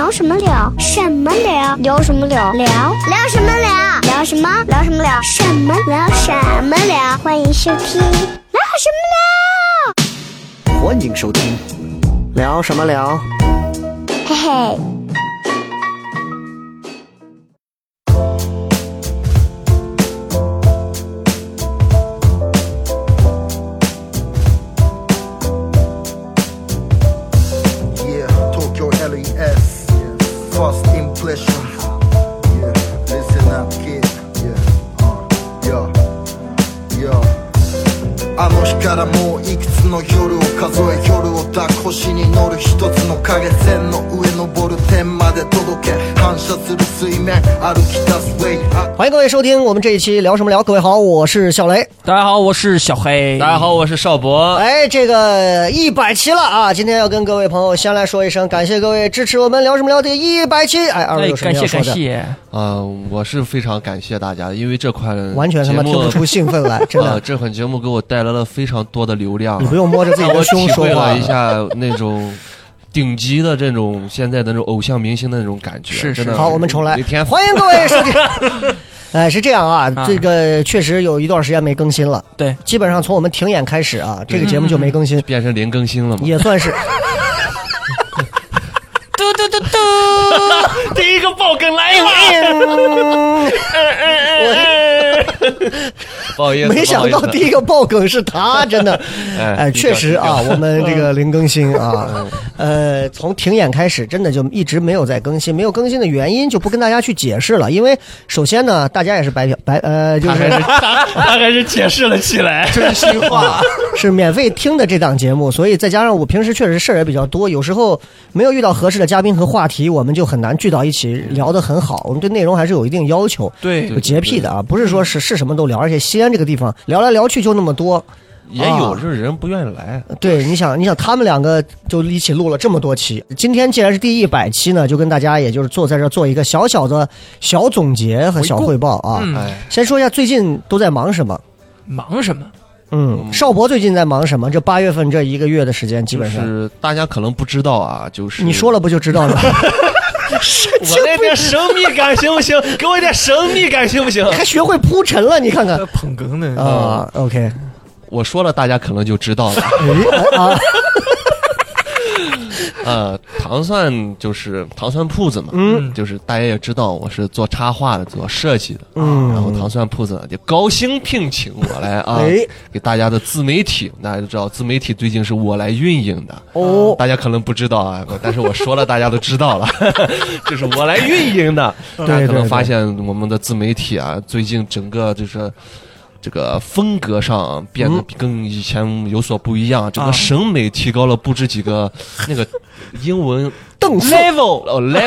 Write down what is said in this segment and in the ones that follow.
聊什么聊？什么聊？聊什么聊？聊什么聊？聊什么？聊什么聊？什么聊？什么聊？欢迎收听聊什么聊？ 欢迎收听聊什么聊？ 嘿嘿。 First impression, yeah, listen up, kid, yeah. あの日からもういくつの夜を数え夜を抱く星に乗る一つの影線の上登る点まで届け反射する水面歩き出す way。 欢迎各位收听我们这一期聊什么聊。各位好，我是小雷。 大家好，我是小黑。 大家好，我是邵博。 哎，这个100期了啊！今天要跟各位朋友先来说一声，感谢各位支持我们聊什么聊的100期。哎，二位有什么要说的？ 感谢。 我是非常感谢大家，因为这款完全他妈听不出兴奋来，真的。 这款节目给我带来了非常多的流量。 你不用摸着自己的胸说话。 我体会了一下那种顶级的这种现在的那种偶像明星的那种感觉。 是真的。 好，我们重来。欢迎各位收听。哎，是这样啊，这个确实有一段时间没更新了。 对， 基本上从我们停演开始啊，这个节目就没更新， 变成零更新了嘛， 也算是。 嘟嘟嘟嘟， 第一个爆梗来了。不好意思， 没想到第一个爆梗是他，真的。哎，确实啊，我们这个零更新啊，从停演开始，真的就一直没有在更新。没有更新的原因就不跟大家去解释了，因为首先呢，大家也是就是他还是解释了起来， 真心话，是免费听的这档节目，所以再加上我平时确实事儿也比较多，有时候没有遇到合适的嘉宾和话题，我们就很难聚到一起聊得很好。我们对内容还是有一定要求， 对， 有洁癖的啊，不是说是什么都聊，而且西安这个地方聊来聊去就那么多。 也有就是人不愿意来。 对，你想他们两个就一起录了这么多期，今天既然是第100期呢，就跟大家也就是在这做一个小小的小总结和小汇报啊。先说一下最近都在忙什么？ 忙什么？ 邵博最近在忙什么？这8月份这1个月的时间，基本上就是大家可能不知道啊，就是你说了不就知道了？ 我那点神秘感行不行？给我一点神秘感行不行？ 还学会铺陈了，你看看捧哏的啊。OK， 我说了，大家可能就知道了。糖蒜就是糖蒜铺子嘛，就是大家也知道我是做插画的，做设计的，然后糖蒜铺子就高兴聘请我来给大家的自媒体，大家都知道自媒体最近是我来运营的大家可能不知道啊，但是我说了，大家都知道了，这是我来运营的。大家可能发现我们的自媒体啊，最近整个就是这个风格上变得跟以前有所不一样，整个审美提高了不止几个那个英文 level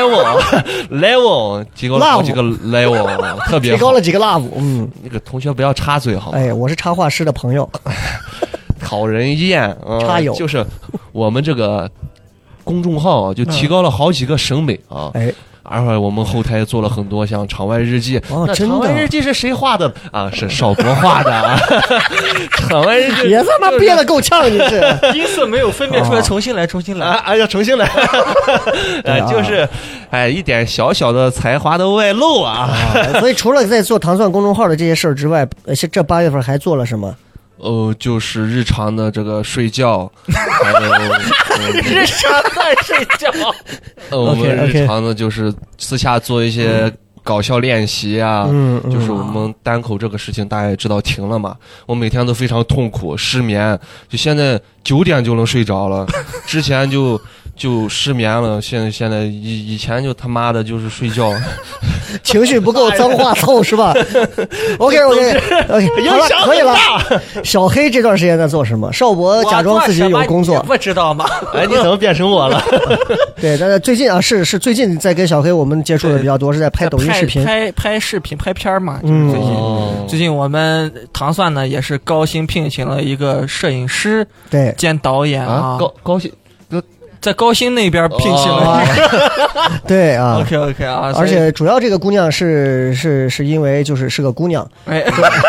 level 提高了好几个 level， 特别好， 提高了几个 level。 那个同学不要插嘴好吗？ 哎，我是插画师的朋友， 讨人厌。 插友就是我们这个公众号就提高了好几个审美啊。而且我们后台做了很多像场外日记。那场外日记是谁画的啊？是邵博画的啊。场外日记也他妈憋得够呛，你是音色没有分辨出来，重新来要重新来。就是一点小小的才华的外露啊。 所以除了在做糖蒜公众号的这些事儿之外，这8月份还做了什么？ 就是日常的这个睡觉，还有日常在睡觉。 我们日常的就是私下做一些搞笑练习啊，就是我们单口这个事情大家也知道停了嘛，我每天都非常痛苦，失眠，就现在9点就能睡着了，之前就失眠了，现在以前就他妈的就是睡觉， 情绪不够，脏话凑是吧？OK， 好了，可以了。小黑这段时间在做什么？邵博假装自己有工作， 不知道吗？ 哎，你怎么变成我了？ 对，但是最近啊，是最近在跟小黑我们接触的比较多，是在拍抖音视频， 拍视频拍片嘛。最近我们糖蒜呢也是高薪聘请了一个摄影师， 对， 兼导演啊， 高薪。 在高新那边聘请了对啊 ，OK 啊， 而且主要这个姑娘是因为就是个姑娘，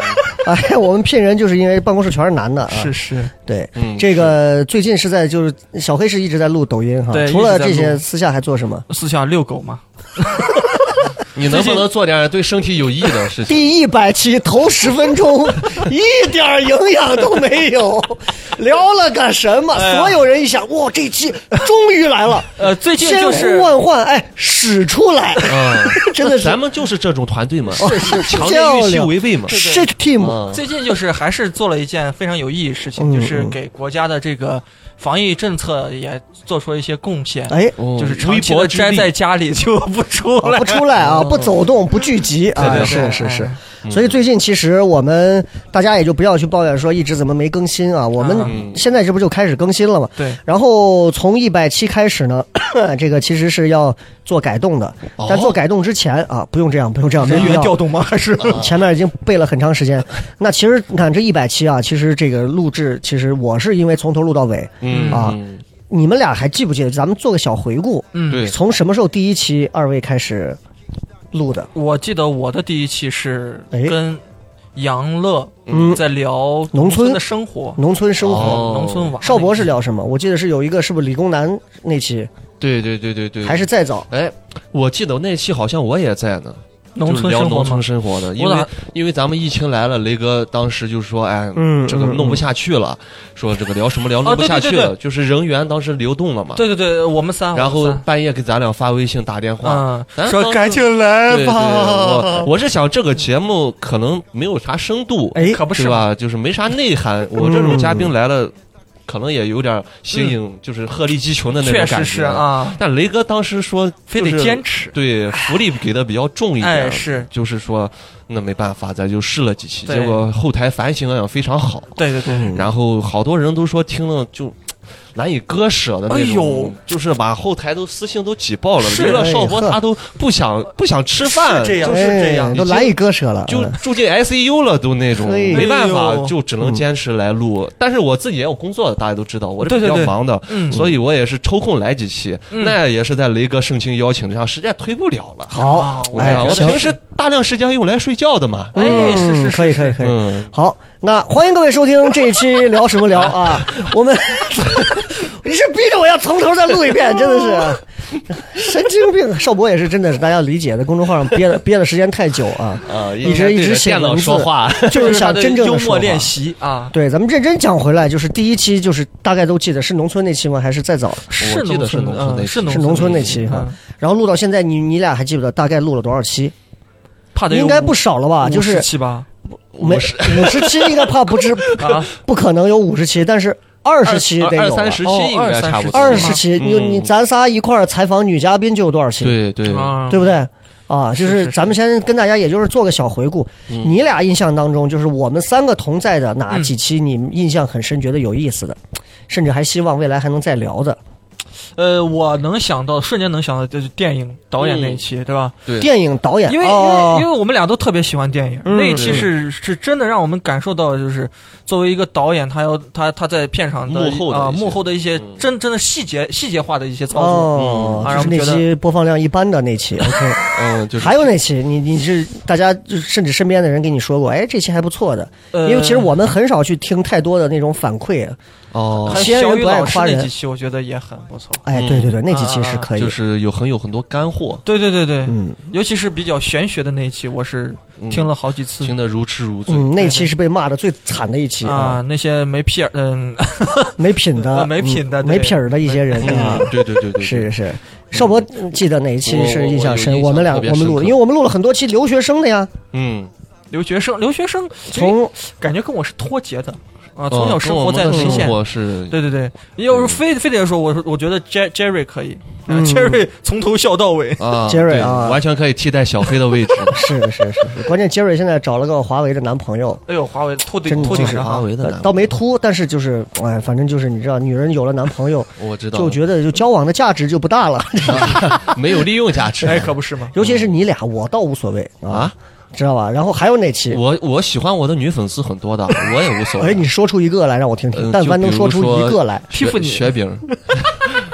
哎，我们聘人就是因为办公室全是男的啊。 是， 对，这个最近是在就是小黑是一直在录抖音哈。 对， 除了这些，私下还做什么？ 私下遛狗嘛。 你能不能做点对身体有益的事情？ 第100期头10分钟，一点营养都没有，聊了个什么？所有人一想，哇，这期终于来了。 最近就是千呼万唤，哎，使出来，真的是咱们就是这种团队嘛， 是强烈与其违背嘛 ，shit team。 最近就是还是做了一件非常有意义的事情，就是给国家的这个防疫政策也做出了一些贡献。 哎， 就是长期的宅在家里就不出来啊，不走动，不聚集啊，是。所以最近其实我们大家也就不要去抱怨说一直怎么没更新啊，我们现在这不就开始更新了嘛？ 对。 然后从100期开始呢，这个其实是要做改动的，但做改动之前啊，不用这样， 人员调动吗？还是前面已经背了很长时间。那其实你看这100期啊，其实这个录制，其实我是因为从头录到尾，你们俩还记不记得？咱们做个小回顾， 对， 从什么时候第1期2位开始录的？ 我记得我的第1期是跟杨乐在聊农村的生活， 农村生活， 农村娃。 邵博是聊什么？我记得是有一个是不是理工男那期？ 对， 还是再早？ 哎，我记得那期好像我也在呢。 农村生活的，因为咱们疫情来了，雷哥当时就说，哎，这个弄不下去了，说这个聊什么聊弄不下去了，就是人员当时流动了嘛。 对，我们仨。 然后半夜给咱俩发微信打电话， 说赶紧来吧。我是想这个节目可能没有啥深度， 哎， 可不是吧？就是没啥内涵。我这种嘉宾来了。可能也有点吸引，就是鹤立鸡群的那种感觉。 确实是啊， 但雷哥当时说， 非得坚持， 对福利给的比较重一点， 是， 就是说那没办法，咱就试了几期，结果后台反响也非常好。 对， 然后好多人都说听了就难以割舍的那种，就是把后台都私信都挤爆了。雷哥、邵博他都不想吃饭， 就是这样， 都难以割舍了， 就住进 ICU 了，都那种没办法，就只能坚持来录。但是我自己也有工作的，大家都知道，我是比较忙的，所以我也是抽空来几期。那也是在雷哥盛情邀请之下，实在推不了了。 好， 我平时大量时间用来睡觉的嘛。 是，可以。好，那欢迎各位收听这一期聊什么聊啊？我们。你是逼着我要从头再录一遍，真的是神经病。邵博也是真的是大家理解的，公众号上憋的时间太久啊，一直写文字说话， 就是想真正的幽默练习啊。 对，咱们认真讲回来，就是第1期就是大概都记得是农村那期吗？还是再早？ 我记得是农村那期， 是农村那期哈。然后录到现在，你俩还记不得大概录了多少期？应该不少了吧？就是 50期吧， 没50期应该怕不止不可能有50期，但是。20期得有 ，30期应该差不多。 20期，你咱仨一块儿采访女嘉宾就有多少期？ 对， 对不对？啊，就是咱们先跟大家，也就是做个小回顾。你俩印象当中，就是我们3个同在的哪几期，你印象很深，觉得有意思的，甚至还希望未来还能再聊的。 我瞬间能想到就是电影导演那一期，对吧？ 对， 电影导演， 因为我们俩都特别喜欢电影，那一期是真的让我们感受到，就是作为一个导演，他在片场的幕后的一些真的细节化的一些操作， 就是那期播放量一般的那期。OK， 就是还有那期，你是大家就甚至身边的人跟你说过，哎，这期还不错的，因为其实我们很少去听太多的那种反馈。西安人不爱夸人， 那几期我觉得也很不错。 哎，对，那几期是可以， 就是有很多干货。 对，尤其是比较玄学的那一期，我是听了好几次， 听得如痴如醉。 那期是被骂的最惨的一期啊，那些没屁没品的、 没品的、 没品儿的一些人啊。 对， 是。邵博记得哪一期是印象深？我们录的，因为我们录了很多期留学生的呀。 留学生从感觉跟我是脱节的。从小生活在内线，对，要是非得说，我觉得 Jerry 可以，Jerry 从头笑到尾 ，Jerry 啊， 完全可以替代小黑的位置。 是，关键 Jerry 现在找了个华为的男朋友。 哎呦，华为秃顶华为的， 倒没秃，但是就是哎，反正就是你知道，女人有了男朋友， 我知道， 就觉得就交往的价值就不大了， 没有利用价值， 哎，可不是吗？ 尤其是你俩，我倒无所谓啊。知道吧？然后还有哪期？ 我喜欢我的女粉丝很多的，我也无所谓。 哎，你说出一个来让我听听，但凡能说出一个来， 雪饼，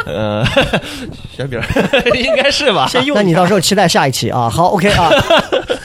雪饼应该是吧？ 那你到时候期待下一期啊。好 ，OK 啊。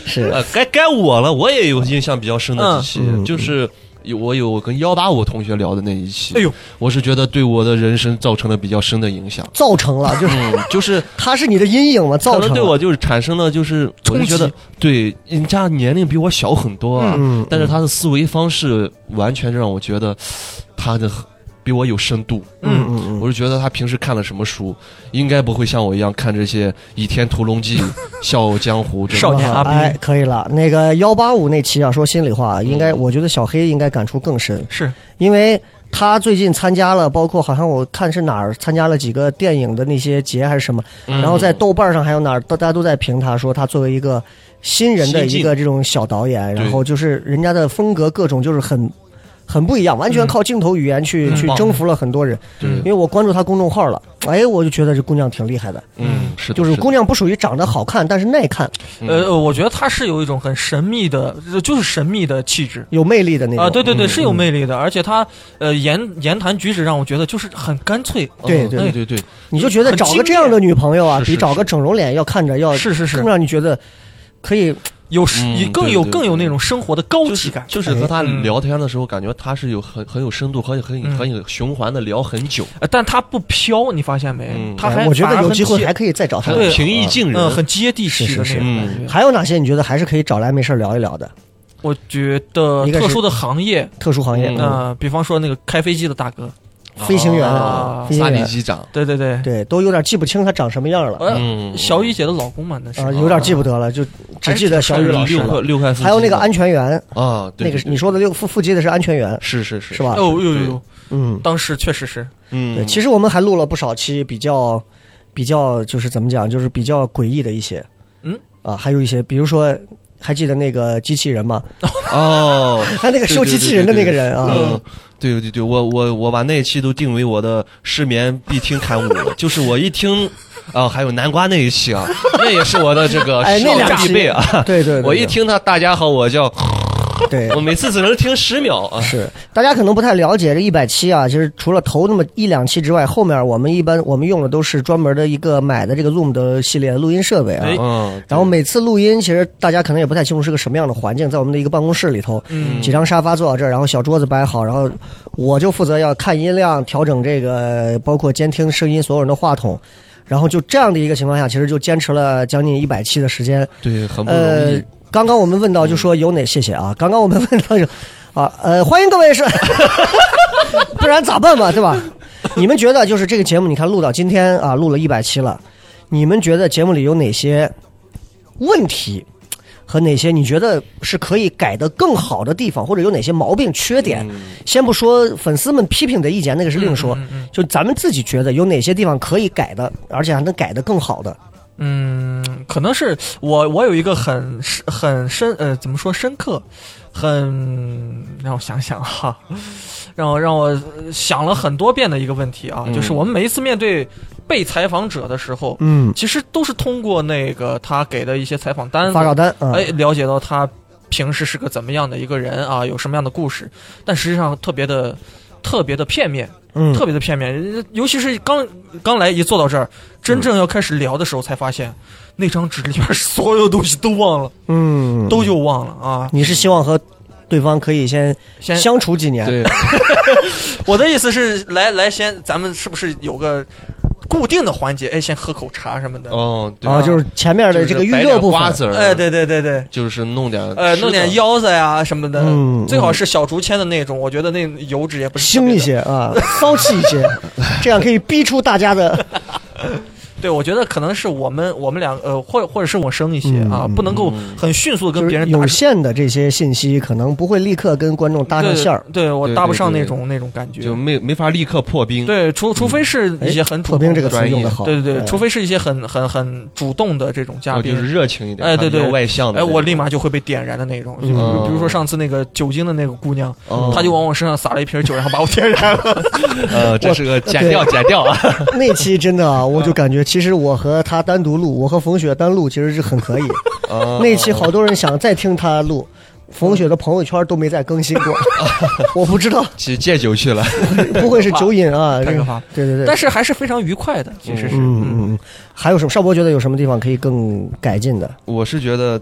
是该我了，我也有印象比较深的几期，就是我有跟185同学聊的那一期，哎呦，我是觉得对我的人生造成了比较深的影响， 造成了就是他是你的阴影吗？造成了对我就是产生了就是我就觉得对人家年龄比我小很多啊，但是他的思维方式完全让我觉得他的比我有深度，我就觉得他平时看了什么书，应该不会像我一样看这些《倚天屠龙记》《笑傲江湖》 少年阿斌。可以了。那个185那期啊，说心里话，应该我觉得小黑应该感触更深， 是因为他最近参加了，包括好像我看是哪儿参加了几个电影的那些节还是什么，然后在豆瓣上还有哪儿，大家都在评他说他作为一个新人的一个这种小导演，然后就是人家的风格各种就是很不一样，完全靠镜头语言去征服了很多人。因为我关注他公众号了，哎，我就觉得这姑娘挺厉害的。 是的， 就是姑娘不属于长得好看，但是耐看。 我觉得她是有一种很神秘的，就是神秘的气质， 有魅力的那种。 对，是有魅力的，而且她言谈举止让我觉得就是很干脆。 对，你就觉得找个这样的女朋友啊，比找个整容脸要看着要更让你觉得可以。 更有那种生活的高级感， 就是和他聊天的时候，感觉他是有很有深度，很有循环的聊很久， 但他不飘，你发现没？他还我觉得有机会还可以再找他， 平易近人， 很接地气的那种感觉。 还有哪些你觉得还是可以找来没事聊一聊的？ 我觉得特殊行业，比方说那个开飞机的大哥。 飞行员萨利机长， 对， 都有点记不清他长什么样了。 小雨姐的老公嘛，那是有点记不得了，就只记得小雨老师了。 六块， 还有那个安全员啊， 那个你说的副机的是安全员， 是吧？ 当时确实是， 对。其实我们还录了不少期比较就是怎么讲，就是比较诡异的一些，还有一些，比如说。还记得那个机器人吗？他那个收机器人的那个人啊。 对，我把那一期都定为我的失眠必听刊物了。就是我一听还有南瓜那一期啊，那也是我的这个少必备啊。 对， 我一听他大家好，我叫。 对， 我每次只能听10秒啊。 是，大家可能不太了解这100期啊，其实除了头那么1-2期之外，后面我们用的都是专门的一个买的这个 Zoom 的系列录音设备啊。然后每次录音，其实大家可能也不太清楚是个什么样的环境，在我们的一个办公室里头，几张沙发坐到这儿，然后小桌子摆好，然后我就负责要看音量，调整这个包括监听声音所有人的话筒。然后就这样的一个情况下，其实就坚持了将近100期的时间。 对，很不容易。 刚刚我们问到就说有哪，谢谢啊。刚刚我们问到欢迎各位是，不然咋办嘛，对吧？你们觉得就是这个节目，你看录到今天啊，录了100期了，你们觉得节目里有哪些问题和哪些你觉得是可以改得更好的地方，或者有哪些毛病缺点？先不说粉丝们批评的意见，那个是另说，就咱们自己觉得有哪些地方可以改的，而且还能改得更好的。 可能是我有一个很深怎么说深刻，让我想想哈，让我想了很多遍的一个问题啊，就是我们每一次面对被采访者的时候，其实都是通过那个他给的一些采访单子、 发稿单， 了解到他平时是个怎么样的一个人啊，有什么样的故事，但实际上特别的片面。特别的片面，尤其是刚来一坐到这儿，真正要开始聊的时候，才发现那张纸里面所有东西都忘了，都就忘了啊。 你是希望和对方可以先相处几年？ 对， 我的意思是来先，咱们是不是有个固定的环节？先喝口茶什么的。 对就是前面的这个预热部分。 瓜子对， 就是弄点腰子呀什么的，最好是小竹签的那种。我觉得那油脂也不是腥一些啊，骚气一些，这样可以逼出大家的。 对，我觉得可能是我们两个或者是我生一些啊，不能够很迅速的跟别人有限的这些信息，可能不会立刻跟观众搭上线儿。 对，我搭不上那种感觉， 就没法立刻破冰。 对，除非是一些很主动破冰这个词用的好。 对，除非是一些很主动的这种嘉宾， 就是热情一点，对，外向的。 我立马就会被点燃的那种。比如说上次那个酒精的那个姑娘，她就往我身上撒了一瓶酒，然后把我点燃了。 这是个剪掉啊。 那期真的啊，我就感觉其实我和他单独录，我和冯雪单录其实是很可以。那期好多人想再听他录，冯雪的朋友圈都没再更新过。我不知道， 去戒酒去了， 不会是酒瘾啊？ 太可怕。 对， 但是还是非常愉快的，其实是。 还有什么？邵博觉得有什么地方可以更改进的？ 我是觉得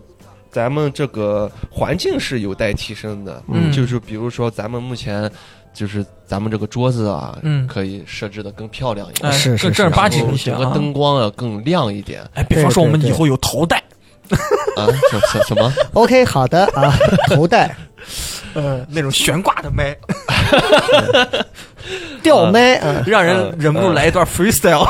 咱们这个环境是有待提升的，就是比如说咱们目前就是咱们这个桌子啊，可以设置的更漂亮一点， 是更正儿八经一些， 整个灯光啊更亮一点。 比方说我们以后有头戴啊，什么 ？OK， 好的啊，头戴， 那种悬挂的麦， 吊麦， 让人忍不住来一段 freestyle。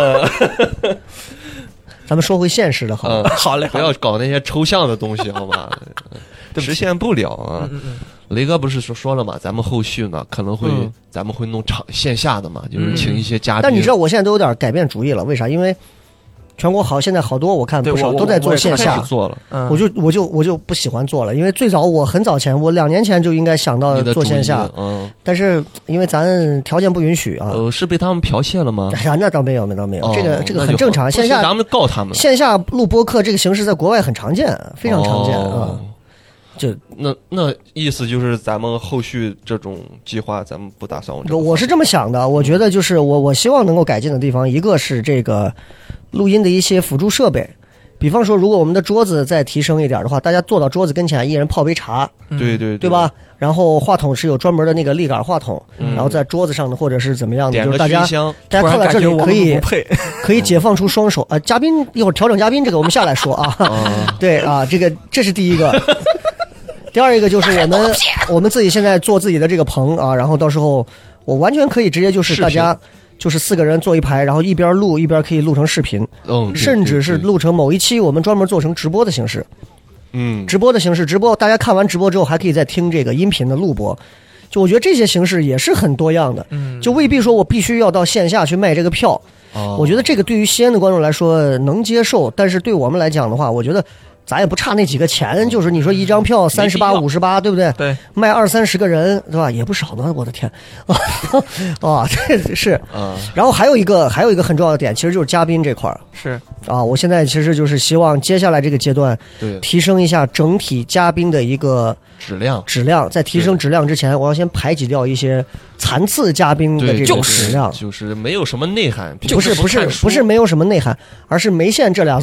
咱们说回现实的好吗？ 好嘞， 不要搞那些抽象的东西，好吗？实现不了啊。雷哥不是说了嘛，咱们后续呢可能会咱们会弄线下的嘛，就是请一些嘉宾。 但你知道我现在都有点改变主意了，为啥？因为全国现在好多我看不少都在做线下， 做了， 我就不喜欢做了，因为最早我很早前，我2年前就应该想到做线下，但是因为咱条件不允许啊， 是被他们剽窃了吗？ 哎呀，那倒没有，这个很正常。线下咱们告他们， 线下录播客这个形式在国外很常见，非常常见啊。就那意思就是咱们后续这种计划咱们不打算。 我是这么想的，我觉得就是我希望能够改进的地方，一个是这个录音的一些辅助设备，比方说如果我们的桌子再提升一点的话，大家坐到桌子跟前，一人泡杯茶，对吧？然后话筒是有专门的那个立杆话筒，然后在桌子上的或者是怎么样的，就是大家靠在这里可以解放出双手啊。嘉宾一会儿调整嘉宾这个我们下来说啊，对啊，这是第一个。第二一个就是我们自己现在做自己的这个棚啊，然后到时候我完全可以直接就是大家就是4个人坐一排，然后一边录一边可以录成视频，甚至是录成某一期我们专门做成直播的形式，直播的形式，大家看完直播之后还可以再听这个音频的录播，就我觉得这些形式也是很多样的，就未必说我必须要到线下去卖这个票，我觉得这个对于西安的观众来说能接受，但是对我们来讲的话，我觉得咱也不差那几个钱，就是你说一张票38、58，对不对？ 对， 卖20-30个人，对吧？也不少呢，我的天，这是然后还有一个很重要的点，其实就是嘉宾这块儿是我现在其实就是希望接下来这个阶段，提升一下整体嘉宾的一个质量，在提升质量之前，我要先排挤掉一些残次嘉宾的这种质量， 就是没有什么内涵， 不是没有什么内涵，而是没线这俩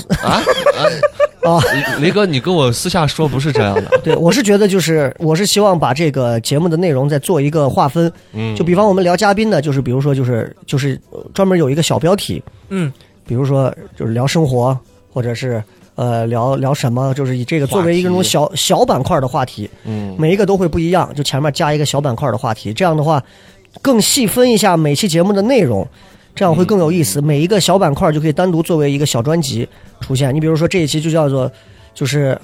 雷哥，你跟我私下说不是这样的。 对，我是觉得我是希望把这个节目的内容再做一个划分，就比方我们聊嘉宾的，就是比如说就是专门有一个小标题，比如说就是聊生活，或者是聊什么，就是以这个作为一种小板块的话题，每一个都会不一样，就前面加一个小板块的话题，这样的话更细分一下每期节目的内容。这样会更有意思，每一个小板块就可以单独作为一个小专辑出现。你比如说这一期就叫做就是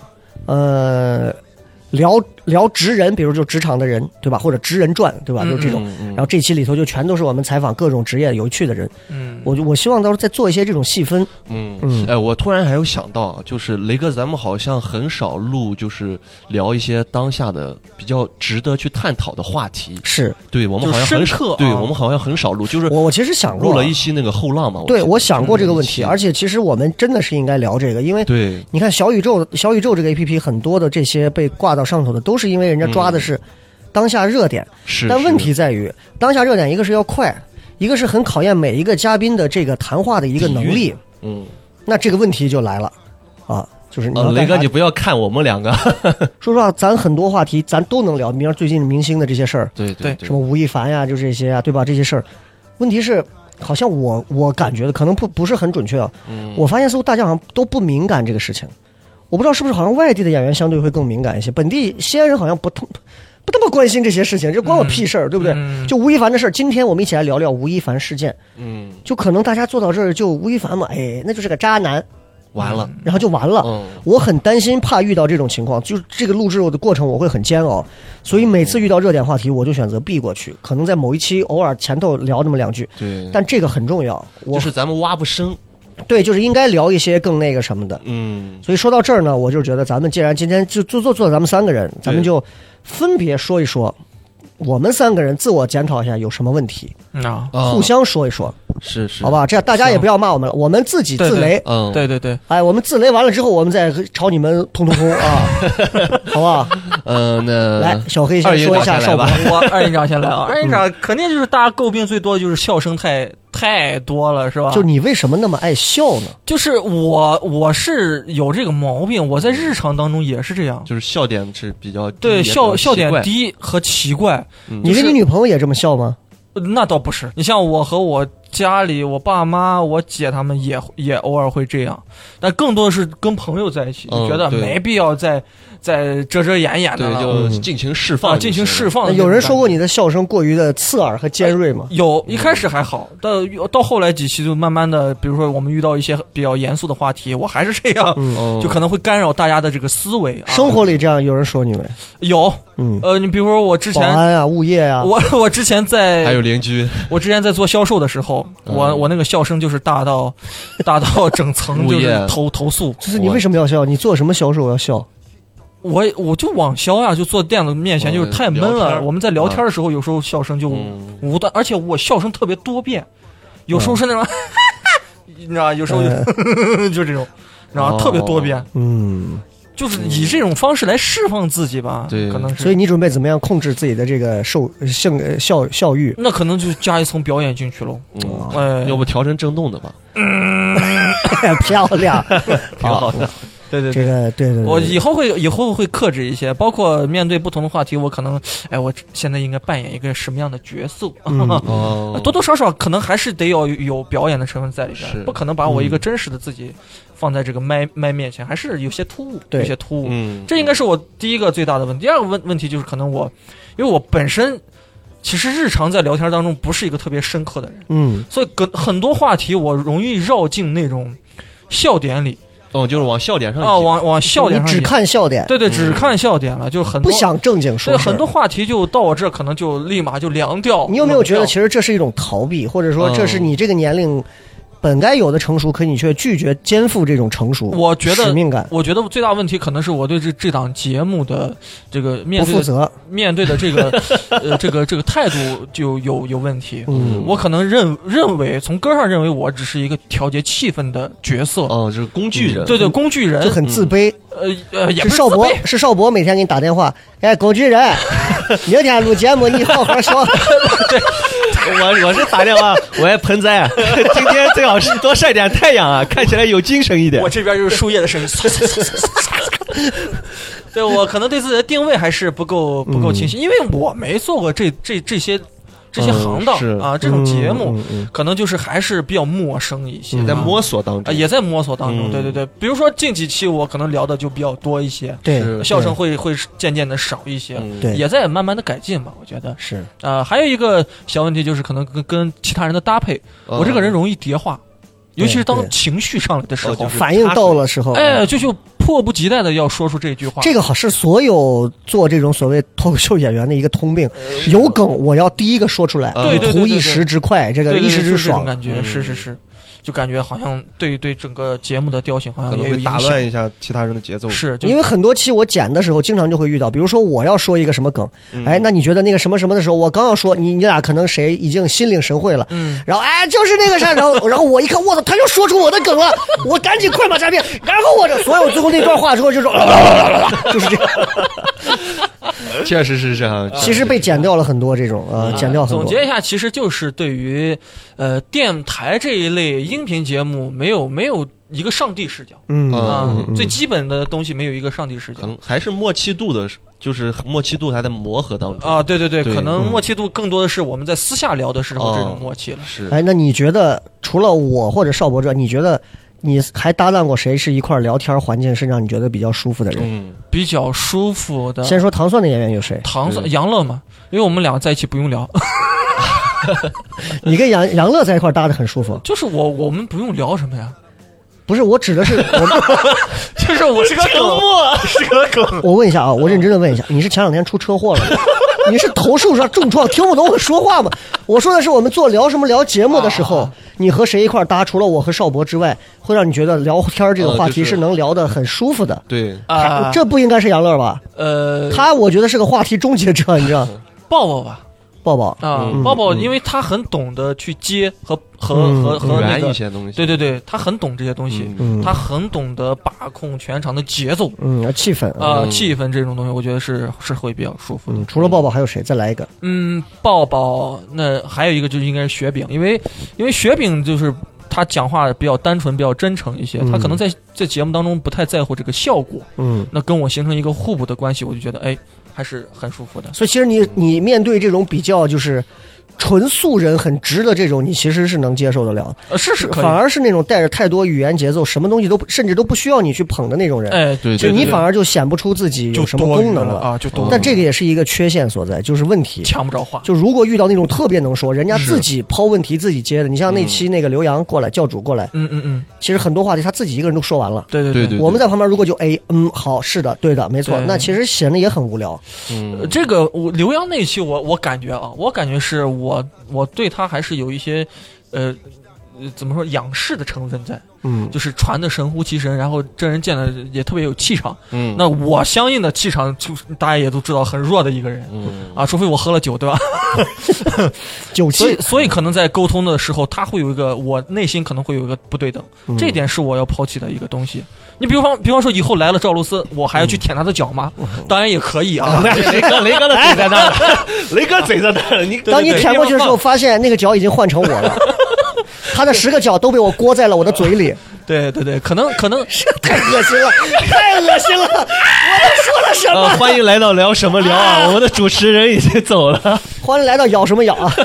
聊职人，比如就职场的人，对吧？或者职人传，对吧？就是这种。然后这期里头就全都是我们采访各种职业有趣的人。我希望到时候再做一些这种细分。 我突然还有想到，就是雷哥，咱们好像很少录，就是聊一些当下的比较值得去探讨的话题。 是， 对我们好像很少，对我们好像很少录。就是我其实想过录了一期那个后浪嘛。 对，我想过这个问题，而且其实我们真的是应该聊这个，因为对， 你看小宇宙这个 APP 很多的这些被挂到上头的，都是因为人家抓的是当下热点，但问题在于当下热点，一个是要快，一个是很考验每一个嘉宾的这个谈话的一个能力。那这个问题就来了啊，就是雷哥，你不要看我们两个， 说实话，咱很多话题咱都能聊，比如最近明星的这些事儿， 对， 什么吴亦凡呀，就这些啊，对吧？这些事儿，问题是好像我感觉的可能不是很准确啊。我发现似乎大家好像都不敏感这个事情。我不知道是不是好像外地的演员相对会更敏感一些，本地西安人好像不那么关心这些事情，这关我屁事儿，对不对？就吴亦凡的事儿，今天我们一起来聊聊吴亦凡事件。就可能大家坐到这儿，就吴亦凡嘛，那就是个渣男， 完了， 然后就完了。我很担心，怕遇到这种情况，就是这个录制的过程我会很煎熬，所以每次遇到热点话题，我就选择避过去，可能在某一期偶尔前头聊那么2句。 对， 但这个很重要， 就是咱们挖不深。 对，就是应该聊一些更那个什么的。所以说到这儿呢，我就觉得咱们既然今天就坐咱们3个人，咱们就分别说一说，我们3个人自我检讨一下有什么问题，互相说一说。 是， 好吧？这样大家也不要骂我们了，我们自己自雷。 对， 哎，我们自雷完了之后，我们再朝你们通啊，好不好？ 那来，小黑先说一下少博。 我二营长先来啊，二营长肯定就是大家诟病最多的就是笑声太多了，是吧？ 就你为什么那么爱笑呢？ 就是我是有这个毛病，我在日常当中也是这样， 就是笑点是比较低， 对，笑点低和奇怪。 你跟你女朋友也这么笑吗？ 那倒不是，你像我和我家里我爸妈我姐他们也偶尔会这样，但更多的是跟朋友在一起，就觉得没必要再遮掩的了， 就尽情释放， 尽情释放。 有人说过你的笑声过于的刺耳和尖锐吗？ 有，一开始还好，到后来几期就慢慢的，比如说我们遇到一些比较严肃的话题，我还是这样，就可能会干扰大家的这个思维。 生活里这样有人说你们有，你比如说我之前保安啊、物业啊， 我之前还有邻居， 我之前在做销售的时候，我那个笑声就是大到整层就是投诉。 就是你为什么要笑？你做什么销售要笑？ 我就网销呀，就坐店子面前就是太闷了。我们在聊天的时候，有时候笑声就无端，而且我笑声特别多变，有时候是那种，你知道，有时候就这种，然后特别多变，就是以这种方式来释放自己吧， 对， 可能是。 所以你准备怎么样控制自己的这个笑欲？ 那可能就加一层表演进去喽。 要不调成震动的吧？ 漂亮， 挺好的。 对， 这个对， 我以后会克制一些，包括面对不同的话题，我可能，我现在应该扮演一个什么样的角色？多多少少可能还是得有表演的成分在里边，不可能把我一个真实的自己放在这个麦面前，还是有些突兀，有些突兀。这应该是我第一个最大的问题。第二个问题就是可能因为我本身其实日常在聊天当中不是一个特别深刻的人，所以很多话题我容易绕进那种笑点里。 就是往笑点上往笑点上， 只看笑点， 对，只看笑点了，就很多不想正经说。 对，很多话题就到我这可能就立马就凉掉。 你有没有觉得其实这是一种逃避，或者说这是你这个年龄本该有的成熟，可你却拒绝肩负这种成熟？ 我觉得使命感。 我觉得最大问题可能是我对这档节目的这个不负责， 面对的这个这个态度就有问题。我可能认为从根上认为我只是一个调节气氛的角色。 就是工具人。 对，工具人就很自卑。 也不是少博每天给你打电话，工具人，明天录节目你好好说。 对。我是打电话，我也盆栽，今天最好是多晒点太阳啊，看起来有精神一点。 我这边就是树叶的声音。对，我可能对自己的定位还是不够清晰，因为我没做过这些行当啊，这种节目可能就是还是比较陌生一些， 在摸索当中， 也在摸索当中。对，比如说近几期我可能聊的就比较多一些， 对， 笑声会渐渐的少一些， 对， 也在慢慢的改进吧，我觉得是。 还有一个小问题就是可能跟其他人的搭配，我这个人容易叠话，尤其是当情绪上来的时候， 反应到了时候， 就迫不及待的要说出这句话。 这个好是所有做这种所谓脱口秀演员的一个通病，有梗我要第一个说出来，图一时之快，这个一时之爽， 感觉是。就感觉好像对整个节目的调性好像也有影响， 打乱一下其他人的节奏。 是， 因为很多期我剪的时候，经常就会遇到，比如说我要说一个什么梗，那你觉得那个什么什么的时候，我刚要说，你俩可能谁已经心领神会了，然后就是那个啥，然后我一看，我操，他又说出我的梗了，我赶紧快马加鞭，然后我这所有最后那段话之后就是就是这样。 确实是这样， 其实被剪掉了很多这种剪掉很多。 总结一下，其实就是对于电台这一类音频节目没有一个上帝视角，最基本的东西没有一个上帝视角， 可能还是默契度的，就是默契度还在磨合当中啊。对，可能默契度更多的是我们在私下聊的时候这种默契了。 是， 那你觉得除了我或者邵博这，你觉得你还搭档过谁是一块聊天环境是让你觉得比较舒服的人？ 比较舒服的。 先说糖蒜的演员有谁？ 糖蒜杨乐嘛，因为我们两个在一起不用聊。 你跟杨乐在一块搭的很舒服。 就是我们不用聊什么呀？ 不是，我指的是就是我是个梗。 我问一下啊，我认真的问一下，你是前两天出车祸了吗？你是头受伤重创听不懂我说话吗？我说的是我们做聊什么聊节目的时候，你和谁一块搭，除了我和邵博之外，会让你觉得聊天这个话题是能聊得很舒服的。 对这不应该是杨乐吧？他我觉得是个话题终结者，你知道？ 抱抱吧。 抱抱啊，抱抱，因为他很懂得去接和那个一些东西， 对对对，他很懂这些东西，他很懂得把控全场的节奏， 气氛气氛这种东西，我觉得是会比较舒服的。 除了抱抱还有谁？再来一个。 抱抱，那还有一个就应该是雪饼，因为雪饼就是他讲话比较单纯，比较真诚一些，他可能在节目当中不太在乎这个效果，那跟我形成一个互补的关系，我就觉得还是很舒服的。 所以其实你面对这种比较就是纯素人很直的这种，你其实是能接受得了， 是可以。 反而是那种带着太多语言节奏，什么东西都甚至都不需要你去捧的那种人， 对， 就你反而就显不出自己有什么功能了啊，就多。 但这个也是一一个缺陷所在，就是问题抢不着话。 就如果遇到那种特别能说，人家自己抛问题自己接的，你像那期那个刘洋过来，教主过来，其实很多话题他自己一个人都说完了， 对， 我们在旁边如果就好，是的，对的，没错，那其实显得也很无聊。 这个刘洋那期我感觉是我对他还是有一些怎么说仰视的成分在，就是传的神乎其神，然后真人见的也特别有气场，那我相应的气场就大家也都知道很弱的一个人，除非我喝了酒，对吧？ 酒气， 所以可能在沟通的时候，他会有一个我内心可能会有一个不对等，这一点是我要抛弃的一个东西。你比方说以后来了赵露思，我还要去舔他的脚吗？当然也可以啊。 雷哥的嘴在那儿，雷哥嘴在那儿。 当你舔过去的时候，发现那个脚已经换成我了。他的10个脚都被我裹在了我的嘴里。 对，可能太恶心了，太恶心了！我都说了什么？ 欢迎来到聊什么聊啊！我们的主持人已经走了。 欢迎来到咬什么咬啊！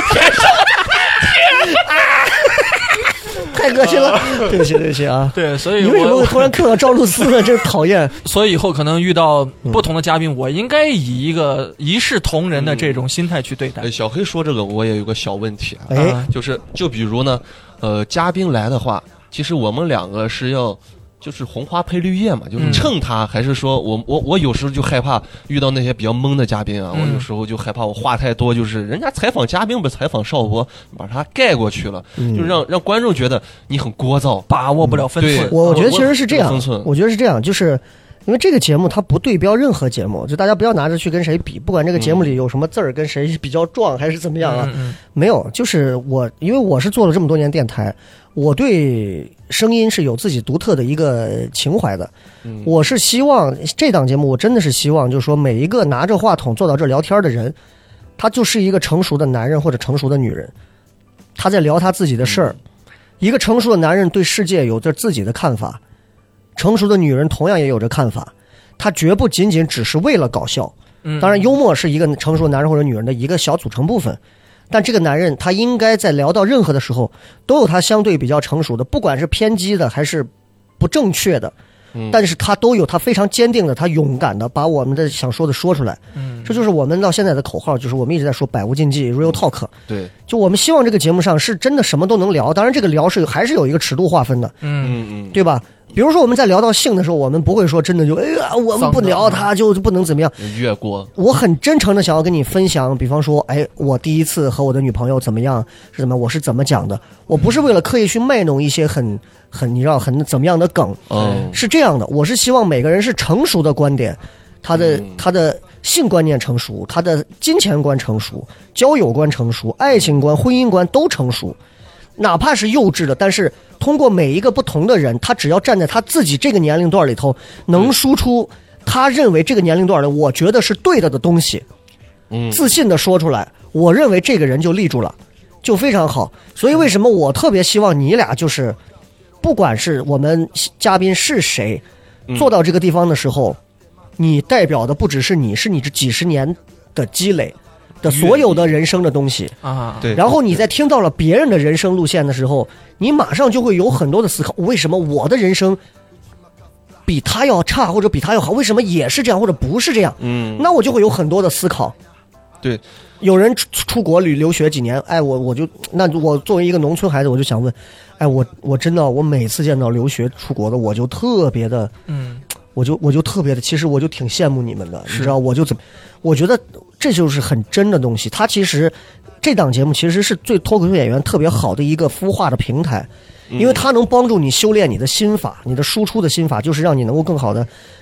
太恶心了，对不起啊！ 对，所以你为什么会突然 Q 到赵露思呢？真是讨厌。 所以以后可能遇到不同的嘉宾，我应该以一个一视同仁的这种心态去对待。 小黑说这个，我也有个小问题啊，就比如呢，嘉宾来的话，其实我们两个是要。就是红花配绿叶嘛，就是蹭他，还是说我有时候就害怕遇到那些比较懵的嘉宾啊，我有时候就害怕我话太多，就是人家采访嘉宾不是采访邵博，把他盖过去了，就让观众觉得你很聒噪， 把握不了分寸。 我觉得其实是这样，我觉得是这样，就是因为这个节目它不对标任何节目，就大家不要拿着去跟谁比，不管这个节目里有什么字儿跟谁比较壮还是怎么样啊，没有，就是因为我是做了这么多年电台，我对声音是有自己独特的一个情怀的。我是希望这档节目，我真的是希望就是说每一个拿着话筒坐到这聊天的人，他就是一个成熟的男人或者成熟的女人，他在聊他自己的事儿。一个成熟的男人对世界有着自己的看法，成熟的女人同样也有着看法，他绝不仅仅只是为了搞笑。当然幽默是一个成熟的男人或者女人的一个小组成部分，但这个男人他应该在聊到任何的时候都有他相对比较成熟的，不管是偏激的还是不正确的，但是他都有他非常坚定的，他勇敢的把我们的想说的说出来。这就是我们到现在的口号，就是我们一直在说百无禁忌 Real Talk。对，就我们希望这个节目上是真的什么都能聊，当然这个聊是还是有一个尺度划分的，对吧？比如说我们在聊到性的时候，我们不会说真的就我们不聊它就不能怎么样越过。我很真诚的想要跟你分享，比方说我第一次和我的女朋友怎么样是怎么，我是怎么讲的，我不是为了刻意去卖弄一些很你知道很怎么样的梗，是这样的，我是希望每个人是成熟的观点，他的性观念成熟，他的金钱观成熟，交友观成熟，爱情观婚姻观都成熟，哪怕是幼稚的，但是通过每一个不同的人，他只要站在他自己这个年龄段里头，能输出他认为这个年龄段的我觉得是对的东西，自信的说出来，我认为这个人就立住了，就非常好。所以为什么我特别希望你俩就是不管是我们嘉宾是谁坐到这个地方的时候，你代表的不只是你，是你这几十年的积累的所有的人生的东西啊， 对。 然后你在听到了别人的人生路线的时候，你马上就会有很多的思考，为什么我的人生比他要差或者比他要好，为什么也是这样或者不是这样？那我就会有很多的思考。 对， 有人出国留学几年，我作为一个农村孩子，我就想问，我真的我每次见到留学出国的，我就特别的，我就特别的，其实我就挺羡慕你们的，你知道，我觉得这就是很真的东西。它其实这档节目其实是对脱口秀演员特别好的一个孵化的平台，因为它能帮助你修炼你的心法，你的输出的心法，就是让你能够更好的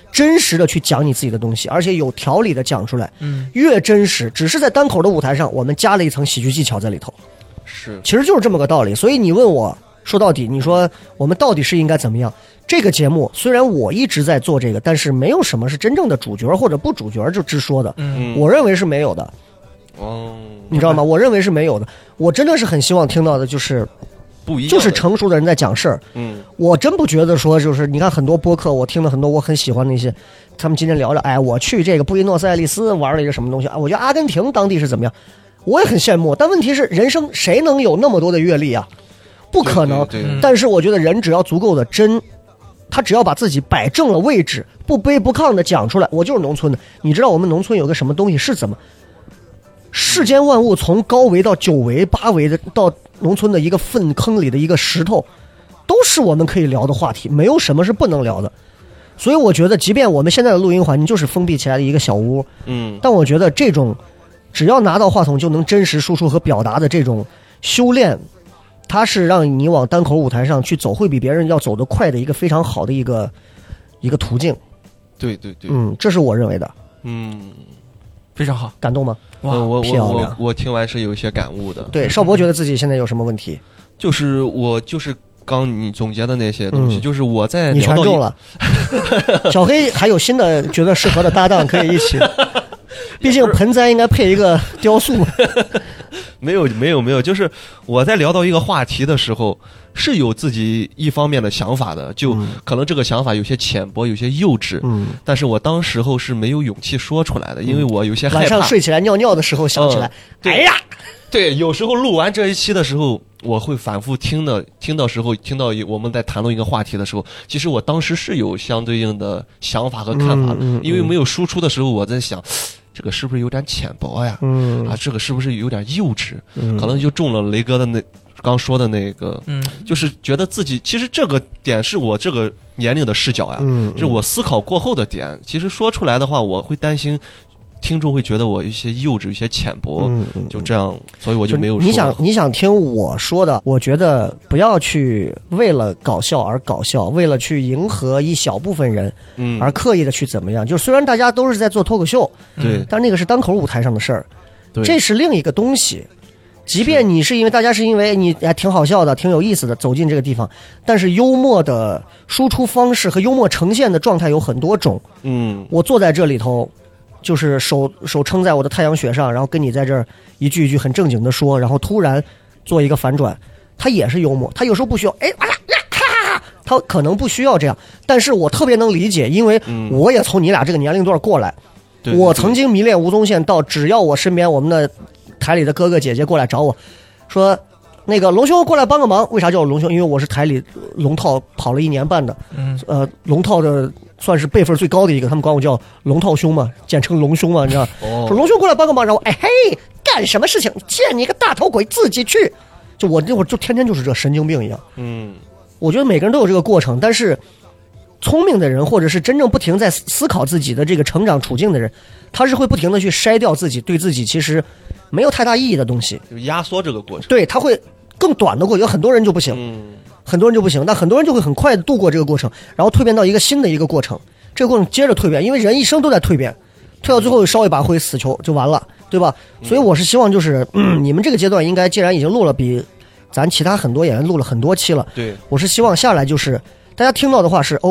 真实的去讲你自己的东西，而且有条理的讲出来。越真实，只是在单口的舞台上，我们加了一层喜剧技巧在里头。 是， 其实就是这么个道理。所以你问我，说到底，你说我们到底是应该怎么样？这个节目虽然我一直在做这个，但是没有什么是真正的主角或者不主角就直说的。我认为是没有的。你知道吗？我认为是没有的。我真的是很希望听到的就是不一样， 就是成熟的人在讲事儿。我真不觉得说就是你看很多播客，我听了很多我很喜欢的一些，他们今天聊着，哎，我去这个布宜诺斯艾利斯玩了一个什么东西啊？我觉得阿根廷当地是怎么样，我也很羡慕。但问题是，人生谁能有那么多的阅历啊？不可能。但是我觉得人只要足够的真，他只要把自己摆正了位置，不卑不亢的讲出来，我就是农村的。你知道我们农村有个什么东西是怎么？世间万物从高维到9维、8维的，到农村的一个粪坑里的一个石头，都是我们可以聊的话题，没有什么是不能聊的。所以我觉得，即便我们现在的录音环境就是封闭起来的一个小屋，但我觉得这种只要拿到话筒就能真实输出和表达的这种修炼，它是让你往单口舞台上去走，会比别人要走得快的一个非常好的一个途径。 对对对， 这是我认为的。 非常好， 感动吗？ 哇， 我听完是有一些感悟的。 对，邵博觉得自己现在有什么问题？ 就是我就是刚你总结的那些东西，就是我在你全中了。小黑还有新的觉得适合的搭档可以一起，毕竟盆栽应该配一个雕塑。 没有，就是我在聊到一个话题的时候，是有自己一方面的想法的，就可能这个想法有些浅薄，有些幼稚，但是我当时候是没有勇气说出来的，因为我有些害怕。 晚上睡起来尿尿的时候想起来，哎呀， 对，有时候录完这一期的时候，我会反复听到我们在谈论一个话题的时候，其实我当时是有相对应的想法和看法的，因为没有输出的时候，我在想。这个是不是有点浅薄呀？这个是不是有点幼稚？可能就中了雷哥的那刚说的那个，就是觉得自己其实这个点是我这个年龄的视角呀，是我思考过后的点。其实说出来的话，我会担心听众会觉得我一些幼稚、一些浅薄，就这样，所以我就没有说。 你想听我说的？我觉得不要去为了搞笑而搞笑，为了去迎合一小部分人，而刻意的去怎么样？就虽然大家都是在做脱口秀， 对， 但那个是单口舞台上的事儿，这是另一个东西。即便你是因为大家是因为你挺好笑的、挺有意思的走进这个地方，但是幽默的输出方式和幽默呈现的状态有很多种。我坐在这里头。就是手撑在我的太阳穴上，然后跟你在这儿一句一句很正经的说，然后突然做一个反转，他也是幽默，他有时候不需要，他可能不需要这样，但是我特别能理解，因为我也从你俩这个年龄段过来，我曾经迷恋吴宗宪到只要我身边我们的台里的哥哥姐姐过来找我说那个龙兄过来帮个忙，为啥叫我龙兄？因为我是台里龙套跑了1年半的，龙套的算是辈分最高的一个，他们管我叫龙套兄嘛，简称龙兄嘛，你知道？说龙兄过来帮个忙，然后干什么事情？见你个大头鬼，自己去。就我那会儿就天天就是这神经病一样。我觉得每个人都有这个过程，但是聪明的人或者是真正不停在思考自己的这个成长处境的人，他是会不停的去筛掉自己对自己其实没有太大意义的东西， 就压缩这个过程。 对，他会更短的过程，有很多人就不行，很多人就不行，但很多人就会很快的度过这个过程，然后蜕变到一个新的一个过程，这个过程接着蜕变，因为人一生都在蜕变，蜕到最后烧一把灰死球就完了，对吧？所以我是希望就是你们这个阶段应该既然已经录了比咱其他很多演员录了很多期了， 对， 我是希望下来就是大家听到的话是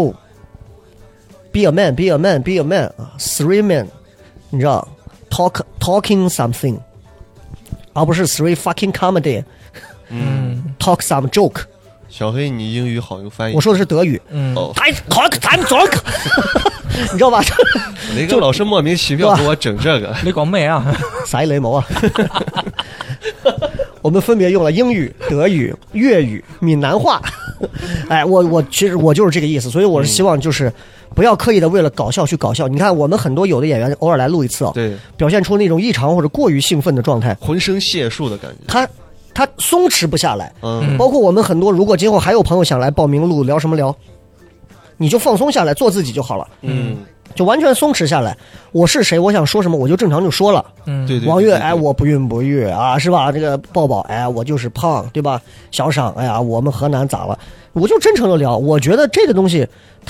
be a man, be a man, be a man 啊 ，three men， 你知道 talking something， 而不是 three fucking comedy， talk some joke。 小黑，你英语好有翻译。 我说的是德语。talk some joke， 你知道吧？ 雷哥老师莫名其妙给我整这个， 雷广妹啊， 撒一雷毛啊！我们分别用了英语、德语、粤语、闽南话。我其实我就是这个意思，所以我是希望就是不要刻意的为了搞笑去搞笑。你看我们很多有的演员偶尔来录一次对， 表现出那种异常或者过于兴奋的状态， 浑身解数的感觉。 他松弛不下来。包括我们很多，如果今后还有朋友想来报名录，聊什么聊，你就放松下来，做自己就好了。就完全松弛下来。我是谁，我想说什么，我就正常就说了。 对。 王悦，我不孕不育啊，是吧？这个抱抱，我就是胖，对吧？小赏，我们河南咋了？我就真诚的聊。我觉得这个东西，它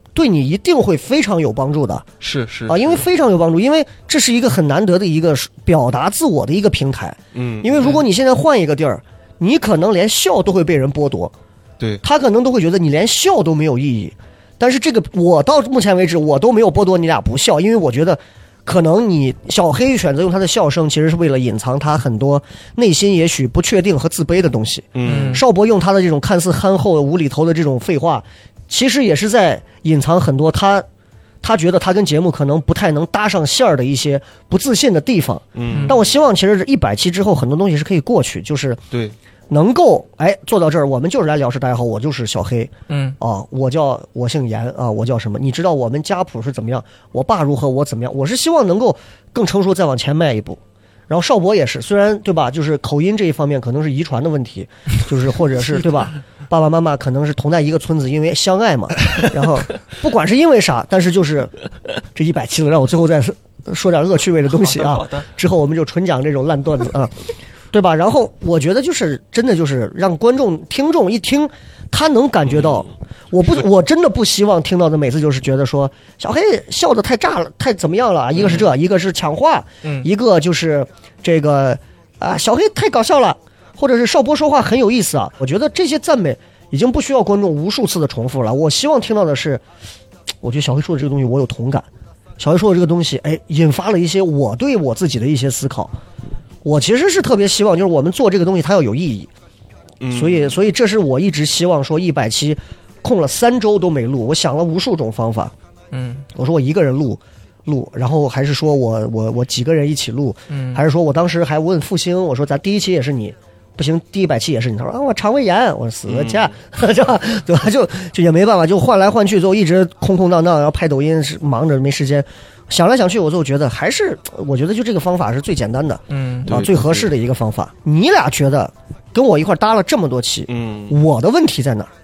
对你一定会非常有帮助的。 是因为非常有帮助，因为这是一个很难得的一个表达自我的一个平台。因为如果你现在换一个地儿，你可能连笑都会被人剥夺， 对， 他可能都会觉得你连笑都没有意义。但是这个我到目前为止我都没有剥夺你俩不笑，因为我觉得可能你小黑选择用他的笑声，其实是为了隐藏他很多内心也许不确定和自卑的东西。邵博用他的这种看似憨厚无厘头的这种废话，其实也是在隐藏很多他觉得他跟节目可能不太能搭上线儿的一些不自信的地方。但我希望其实100期之后很多东西是可以过去，就是对。 能够做到这儿，我们就是来聊事。大家好，我就是小黑。我姓严啊，我叫什么？你知道我们家谱是怎么样？我爸如何？我怎么样？我是希望能够更成熟，再往前迈一步。然后邵博也是，虽然对吧，就是口音这一方面可能是遗传的问题，就是或者是对吧，爸爸妈妈可能是同在一个村子，因为相爱嘛。然后不管是因为啥，但是就是这100期了，让我最后再说点恶趣味的东西啊。之后我们就纯讲这种烂段子啊。对吧？然后我觉得就是真的就是让观众听众一听，他能感觉到，我真的不希望听到的每次就是觉得说小黑笑得太炸了，太怎么样了？一个是这，一个是抢话，一个就是这个小黑太搞笑了，或者是邵博说话很有意思啊。我觉得这些赞美已经不需要观众无数次的重复了。我希望听到的是，我觉得小黑说的这个东西我有同感，小黑说的这个东西引发了一些我对我自己的一些思考。我其实是特别希望，就是我们做这个东西它要有意义，所以这是我一直希望说100期空了3周都没录，我想了无数种方法。我说我一个人录，然后还是说我几个人一起录，还是说我当时还问复兴，我说咱第1期也是你，不行，第100期也是你。他说我肠胃炎，我死去，对吧？就也没办法，就换来换去，最后一直空荡荡，然后拍抖音是忙着没时间。想来想去，我就觉得还是，我觉得就这个方法是最简单的，最合适的一个方法。你俩觉得跟我一块搭了这么多期，我的问题在哪儿？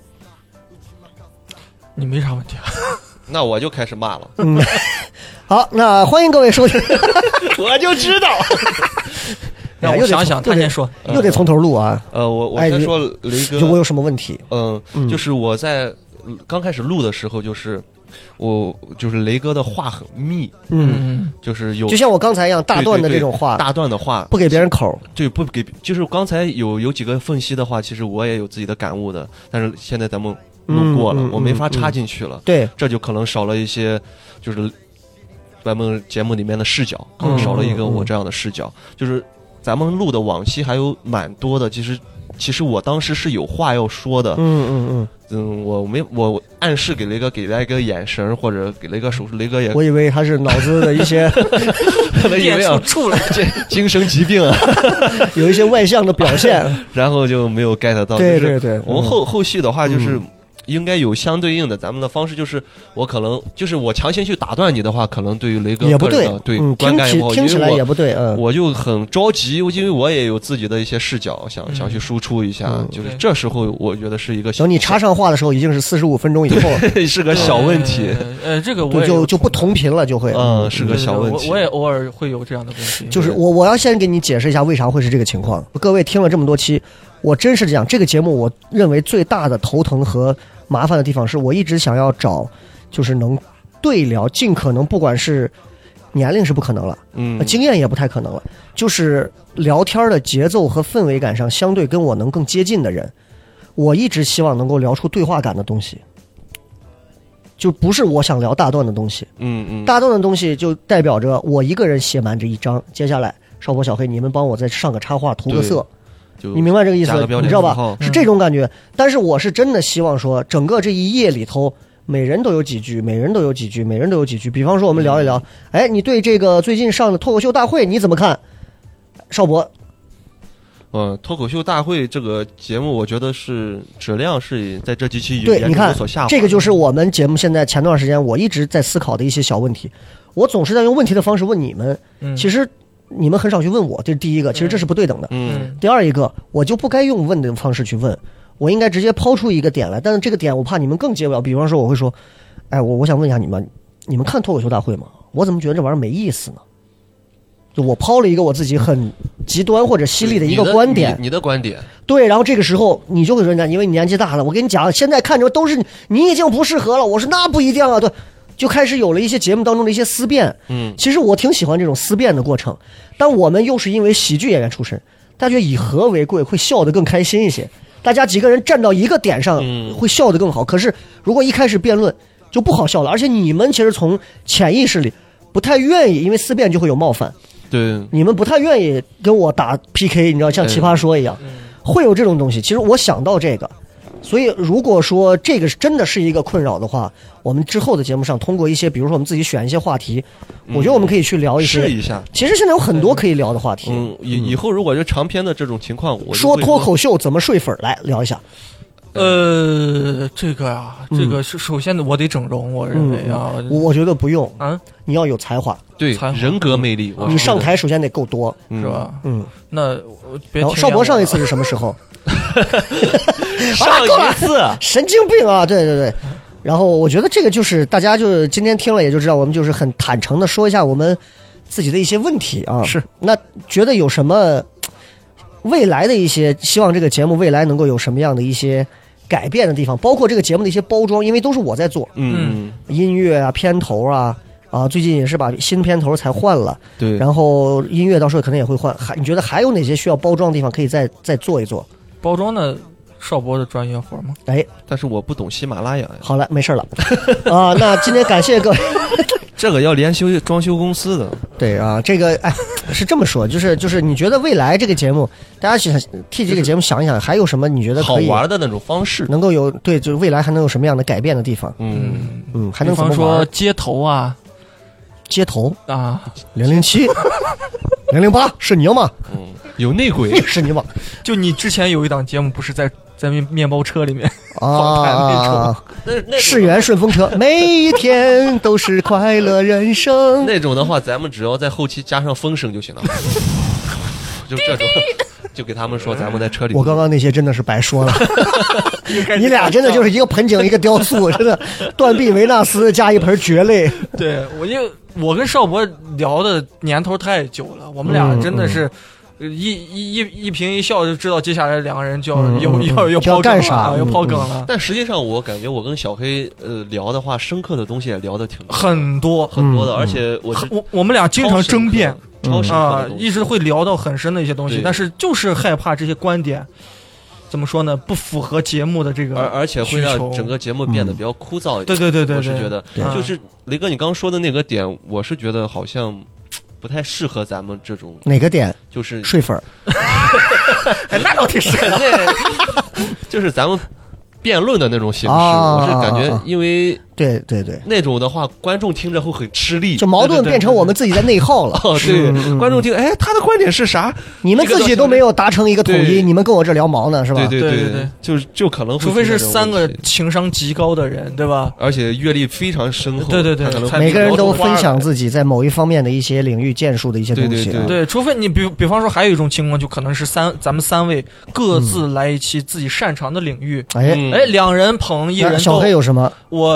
你没啥问题啊？ 那我就开始骂了。 好，那欢迎各位收听。 我就知道。 让我想想，他先说， 又得从头录啊。 我先说雷哥， 我有什么问题？ 就是我在刚开始录的时候，就是雷哥的话很密，就是有， 就像我刚才一样，大段的这种话， 大段的话不给别人口， 对，不给，就是刚才有几个缝隙的话，其实我也有自己的感悟的，但是现在咱们录过了，我没法插进去了， 对， 这就可能少了一些，就是咱们节目里面的视角，可能少了一个我这样的视角，就是咱们录的往期还有蛮多的，其实我当时是有话要说的，我暗示给雷哥给了一个眼神，或者给了一个手势，雷哥也， 我以为他是脑子的一些可能因为出来精神疾病啊， 有一些外向的表现， 然后就没有 get 到。 对对对， 我们后续的话就是应该有相对应的，咱们的方式就是我可能就是我强行去打断你的话，可能对于雷哥也不对， 对观感也不好， 听起来也不对， 我就很着急，因为我也有自己的一些视角，想去输出一下，就是这时候我觉得是一个等你插上话的时候已经是45分钟以后， 是个小问题。 这个我就不同频了，就会是个小问题。 我也偶尔会有这样的问题。 就是我要先给你解释一下为啥会是这个情况。各位听了这么多期，我真是这样，这个节目我认为最大的头疼和麻烦的地方是我一直想要找，就是能对聊，尽可能不管是年龄是不可能了，经验也不太可能了，就是聊天的节奏和氛围感上相对跟我能更接近的人，我一直希望能够聊出对话感的东西，就不是我想聊大段的东西。大段的东西就代表着我一个人写满这一章，接下来邵博小黑你们帮我再上个插画涂个色，你明白这个意思？你知道吧？是这种感觉。但是我是真的希望说，整个这一页里头，每人都有几句，每人都有几句，每人都有几句。比方说，我们聊一聊，你对这个最近上的脱口秀大会你怎么看？邵博， 脱口秀大会这个节目，我觉得是质量是在这几期对，你看有所下滑。 这个就是我们节目现在前段时间我一直在思考的一些小问题。我总是在用问题的方式问你们，其实你们很少去问我，这是第一个，其实这是不对等的。第二一个，我就不该用问的方式去问，我应该直接抛出一个点来，但是这个点我怕你们更接不了。比方说我会说，我想问一下你们看脱口秀大会吗？我怎么觉得这玩意儿没意思呢？ 就我抛了一个我自己很极端或者犀利的一个观点， 你的观点， 对，然后这个时候你就会说，因为你年纪大了，我跟你讲，现在看着都是你已经不适合了。我说那不一定啊，对，就开始有了一些节目当中的一些思辨。其实我挺喜欢这种思辨的过程，但我们又是因为喜剧演员出身，大家觉得以和为贵，会笑得更开心一些。大家几个人站到一个点上，会笑得更好。可是如果一开始辩论就不好笑了，而且你们其实从潜意识里不太愿意，因为思辨就会有冒犯。 对， 你们不太愿意跟我打 PK， 你知道，像奇葩说一样，会有这种东西。其实我想到这个，所以如果说这个真的是一个困扰的话，我们之后的节目上通过一些，比如说我们自己选一些话题，我觉得我们可以去聊一些， 试一下。其实现在有很多可以聊的话题。 以后如果是长篇的这种情况，我说脱口秀怎么睡粉，来聊一下。 这个啊，这个是首先我得整容，我认为啊， 我觉得不用啊，你要有才华， 对，人格魅力， 你上台首先得够多， 是吧？那别邵博上一次是什么时候？ 上一次神经病啊！对对对。然后我觉得这个就是大家就是今天听了也就知道，我们就是很坦诚的说一下我们自己的一些问题啊。 是。 那觉得有什么未来的一些希望，这个节目未来能够有什么样的一些改变的地方，包括这个节目的一些包装，因为都是我在做，音乐啊、片头啊，最近也是把新片头才换了， 对， 然后音乐到时候可能也会换，你觉得还有哪些需要包装的地方可以再做一做？ 包装的邵博的专业活吗？ 但是我不懂喜马拉雅呀。 好了，没事了啊。那今天感谢各位。 这个要联系装修公司的。 对啊，这个是这么说，就是你觉得未来这个节目，大家想替这个节目想一想，还有什么你觉得可以好玩的那种方式， 能够有对，就是未来还能有什么样的改变的地方？还能怎么玩？ 比方说街头啊 ，007 008是你吗？ 有内鬼是你吗？ 就你之前有一档节目不是在面包车里面访谈那种， 世园顺风车，每一天都是快乐人生。 那种的话，咱们只要在后期加上风声就行了，就这种，就给他们说咱们在车里。 我刚刚那些真的是白说了，你俩真的就是一个盆景一个雕塑，真的断臂维纳斯加一盆蕨类。 对，我跟邵博聊的年头太久了，我们俩真的是。一颦一笑就知道接下来两个人就要抛干啥，要抛梗了。 但实际上我感觉我跟小黑聊的话，深刻的东西也聊得挺很多的，而且我们俩经常争辩， 一直会聊到很深的一些东西，但是就是害怕这些观点怎么说呢，不符合节目的这个， 而且会让整个节目变得比较枯燥一点。 对， 我是觉得就是雷哥你刚说的那个点，我是觉得好像不太适合咱们这种。 哪个点？ 就是睡粉。 那倒挺适合。 就是咱们辩论的那种形式，我是感觉，因为对那种的话，观众听着会很吃力， 就矛盾变成我们自己在内耗了。 对，观众听，他的观点是啥？ 你们自己都没有达成一个统一，你们跟我这聊毛呢，是吧？ 对，就可能会， 除非是三个情商极高的人，对吧？ 而且阅历非常深厚， 对， 每个人都分享自己在某一方面的一些领域建树的一些东西。 对，除非你比方说还有一种情况，就可能是咱们三位各自来一期自己擅长的领域。两人捧一人斗。 小黑有什么？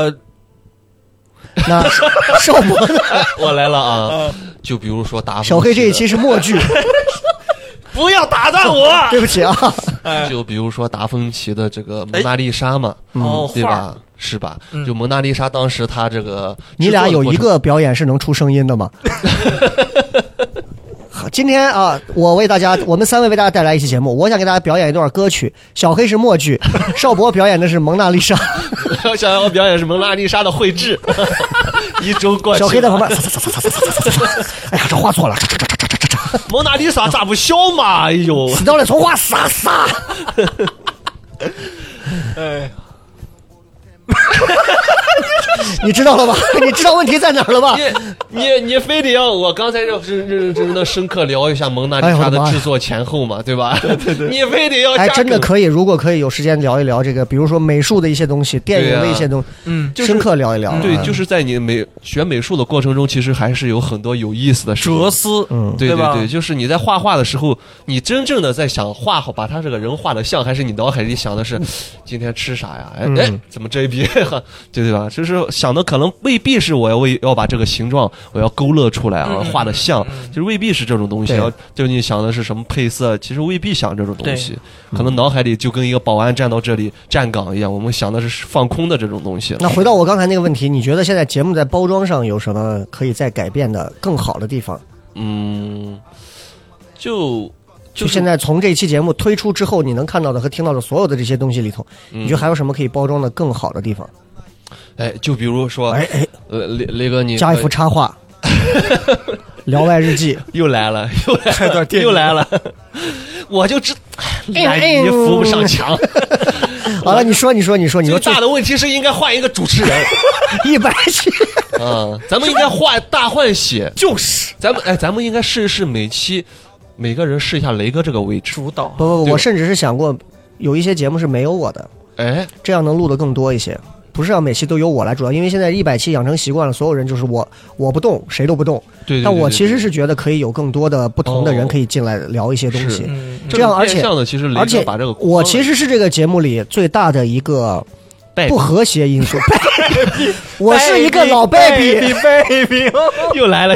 那邵博呢？ 我来了啊！就比如说打小黑这一期是默剧， 不要打断我， 对不起啊。 就比如说达芬奇的这个蒙娜丽莎嘛，对吧？是吧？就蒙娜丽莎当时他这个， 你俩有一个表演是能出声音的吗？今天啊，我们三位为大家带来一期节目，我想给大家表演一段歌曲。小黑是默剧，邵博表演的是蒙娜丽莎， 想要表演是蒙娜丽莎的绘制。一周过去， 小黑在旁边，哎呀，这画错了， 蒙娜丽莎咋不笑嘛？哎呦， 死掉了，从画撒。 哎。 你知道了吧？你知道问题在哪儿了吧？ 你非得要我刚才要认真的深刻聊一下蒙娜丽莎的制作前后嘛，对吧？对，你非得要真的可以，如果可以有时间聊一聊这个，比如说美术的一些东西，电影的一些东西，深刻聊一聊。 对，就是在你学美术的过程中，其实还是有很多有意思的哲思。 对，就是你在画画的时候，你真正的在想画好，把他这个人画的像，还是你脑海里想的是今天吃啥呀？哎，怎么这一笔？对吧？就是想的可能未必是我要把这个形状我要勾勒出来啊，画的像，就是未必是这种东西。就你想的是什么配色，其实未必想这种东西，可能脑海里就跟一个保安站到这里站岗一样，我们想的是放空的这种东西。 那回到我刚才那个问题，你觉得现在节目在包装上有什么可以再改变的更好的地方？就现在从这期节目推出之后，你能看到的和听到的所有的这些东西里头，你觉得还有什么可以包装的更好的地方？ 就比如说，雷哥你加一幅插画，聊外日记又来了，又来了，我就知，懒鱼扶不上墙。 好了，你说，最大的问题是应该换一个主持人 ，100期。 咱们应该换血，就是咱们应该试一试每期。每个人试一下雷哥这个位置主导。 不，我甚至是想过，有一些节目是没有我的，这样能录得更多一些。不是要每期都由我来主导，因为现在100期养成习惯了，所有人就是我不动，谁都不动。 对。 但我其实是觉得可以有更多的不同的人可以进来聊一些东西，这样而且我其实是这个节目里最大的一个不和谐因素。我是一个老 baby， 又来了。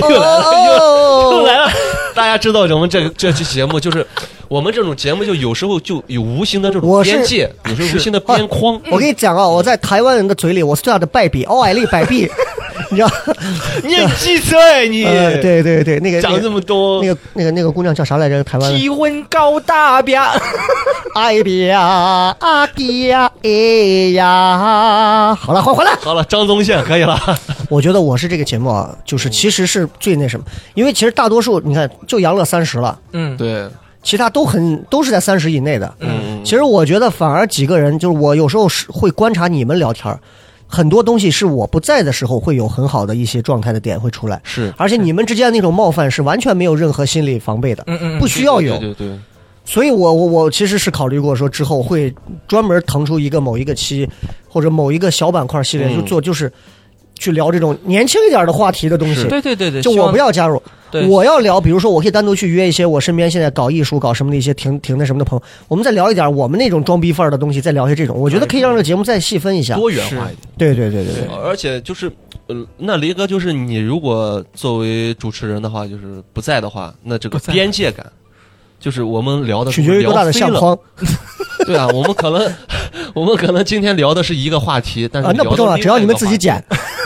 大家知道我们这期节目就是我们这种节目就有时候就有无形的这种边界，有时候无形的边框。 我跟你讲啊，我在台湾人的嘴里我是最大的败笔，爱丽百币。你知道？ 你很机车你。 对，那个讲这么多， 那个姑娘叫啥来着？台湾。 结婚高大边， 哎边阿弟呀哎呀！好了，换了。 好了，张宗宪可以了。 我觉得我是这个节目啊，就是其实是最那什么，因为其实大多数你看就杨乐30了， 对。 其他都是在30以内的，其实我觉得反而几个人，就是我有时候是会观察你们聊天，很多东西是我不在的时候会有很好的一些状态的点会出来， 是， 而且你们之间的那种冒犯是完全没有任何心理防备的，不需要有， 对。 所以我其实是考虑过说之后会专门腾出某一个期或者某一个小板块系列就是去聊这种年轻一点的话题的东西， 对， 就我不要加入。我要聊，比如说我可以单独去约一些我身边现在搞艺术搞什么的一些挺那什么的朋友，我们再聊一点我们那种装逼范儿的东西，再聊一些这种，我觉得可以让这个节目再细分一下， 多元化一点。 对。 而且就是那雷哥就是你如果作为主持人的话，就是不在的话，那这个边界感就是我们聊的取决于多大的相框。 对啊，我们可能今天聊的是一个话题，但是那不重要，只要你们自己剪。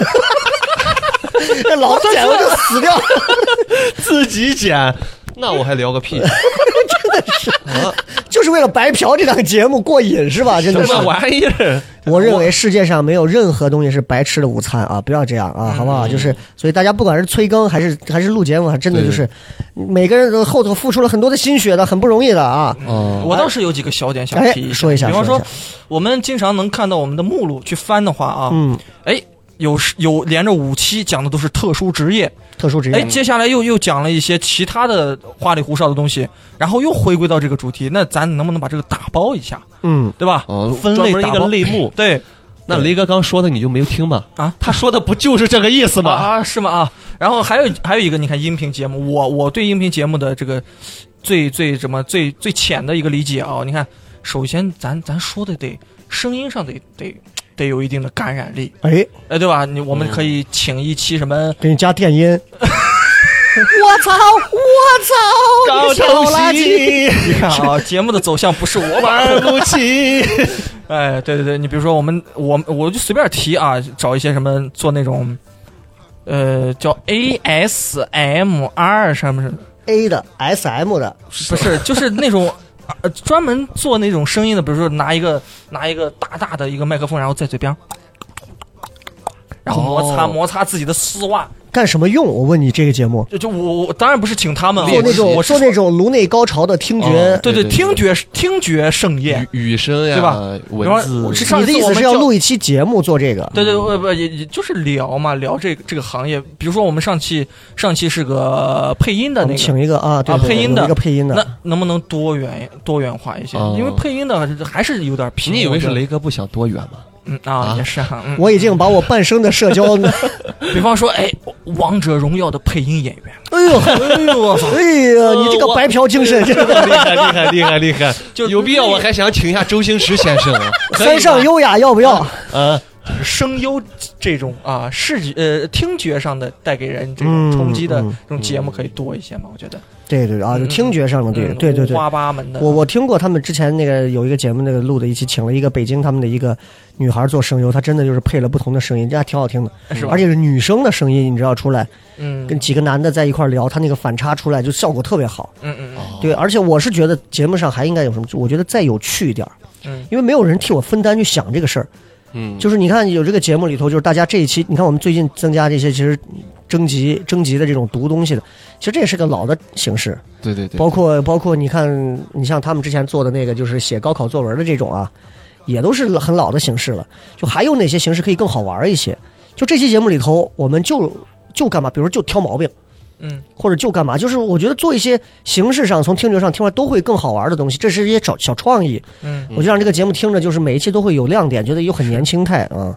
那老剪我就死掉。 自己剪，那我还聊个屁。 真的是就是为了白嫖这档节目过瘾是吧？真的是什么玩意儿。 我认为世界上没有任何东西是白吃的午餐啊！不要这样啊，好不好？就是所以大家不管是催更还是录节目，真的就是每个人都后头付出了很多的心血的，很不容易的啊。 我倒是有几个小点想提说一下， 比方说我们经常能看到我们的目录去翻的话啊，有连着5期讲的都是特殊职业，接下来又讲了一些其他的花里胡哨的东西，然后又回归到这个主题，那咱能不能把这个打包一下？对吧？分类专门一个类目。 对， 那雷哥刚说的你就没有听吗？他说的不就是这个意思吗？ 是吗？然后还有一个，你看音频节目，我对音频节目的这个最浅的一个理解啊，你看，首先咱说的得声音上得有一定的感染力，对吧？我们可以请一期什么， 给你加电音。我操！ 高潮垃圾！ 你看啊，节目的走向不是我玩不起。 对，你比如说我就随便提啊，找一些什么做那种，叫 ASMR 什么 A 的 SM 的， 不是，就是那种。专门做那种声音的，比如说拿一个大的一个麦克风，然后在嘴边，然后摩擦自己的丝袜， 干什么用？我问你，这个节目就我当然不是请他们做那种，我说那种颅内高潮的听觉， 对，听觉盛宴， 语声呀， 对吧？ 文字， 你的意思是要录一期节目做这个？ 对，不也就是聊嘛，聊这个行业。比如说我们上期是个配音的那个， 请一个对配音的一个配音的， 那能不能多元化一些？因为配音的还是有点平。 你以为是雷哥不想多元吗？ 也是哈。 我已经把我半生的社交呢， 比方说，王者荣耀的配音演员， 哎呀，你这个白嫖精神，真的厉害！就有必要我还想请一下周星驰先生啊。 三上优雅要不要？ 声优这种啊听觉上的带给人这种冲击的这种节目可以多一些嘛？我觉得。 对啊，就听觉上的对， 五花八门的。 我听过他们之前那个有一个节目，那个录的一期，请了一个北京他们的一个女孩做声优，她真的就是配了不同的声音，这还挺好听的，而且是女生的声音，你知道出来，跟几个男的在一块聊，他那个反差出来就效果特别好。对，而且我是觉得节目上还应该有什么，我觉得再有趣一点，因为没有人替我分担去想这个事儿。就是你看有这个节目里头，就是大家这一期，你看我们最近增加这些，其实征集的这种读东西的，其实这也是个老的形式。 对， 包括你看，你像他们之前做的那个，就是写高考作文的这种啊，也都是很老的形式了。就还有哪些形式可以更好玩一些？就这期节目里头，我们就干嘛？比如说就挑毛病。或者就干嘛？就是我觉得做一些形式上，从听觉上听出来都会更好玩的东西，这是一些小创意。我就让这个节目听着，就是每一期都会有亮点，觉得又很年轻态啊。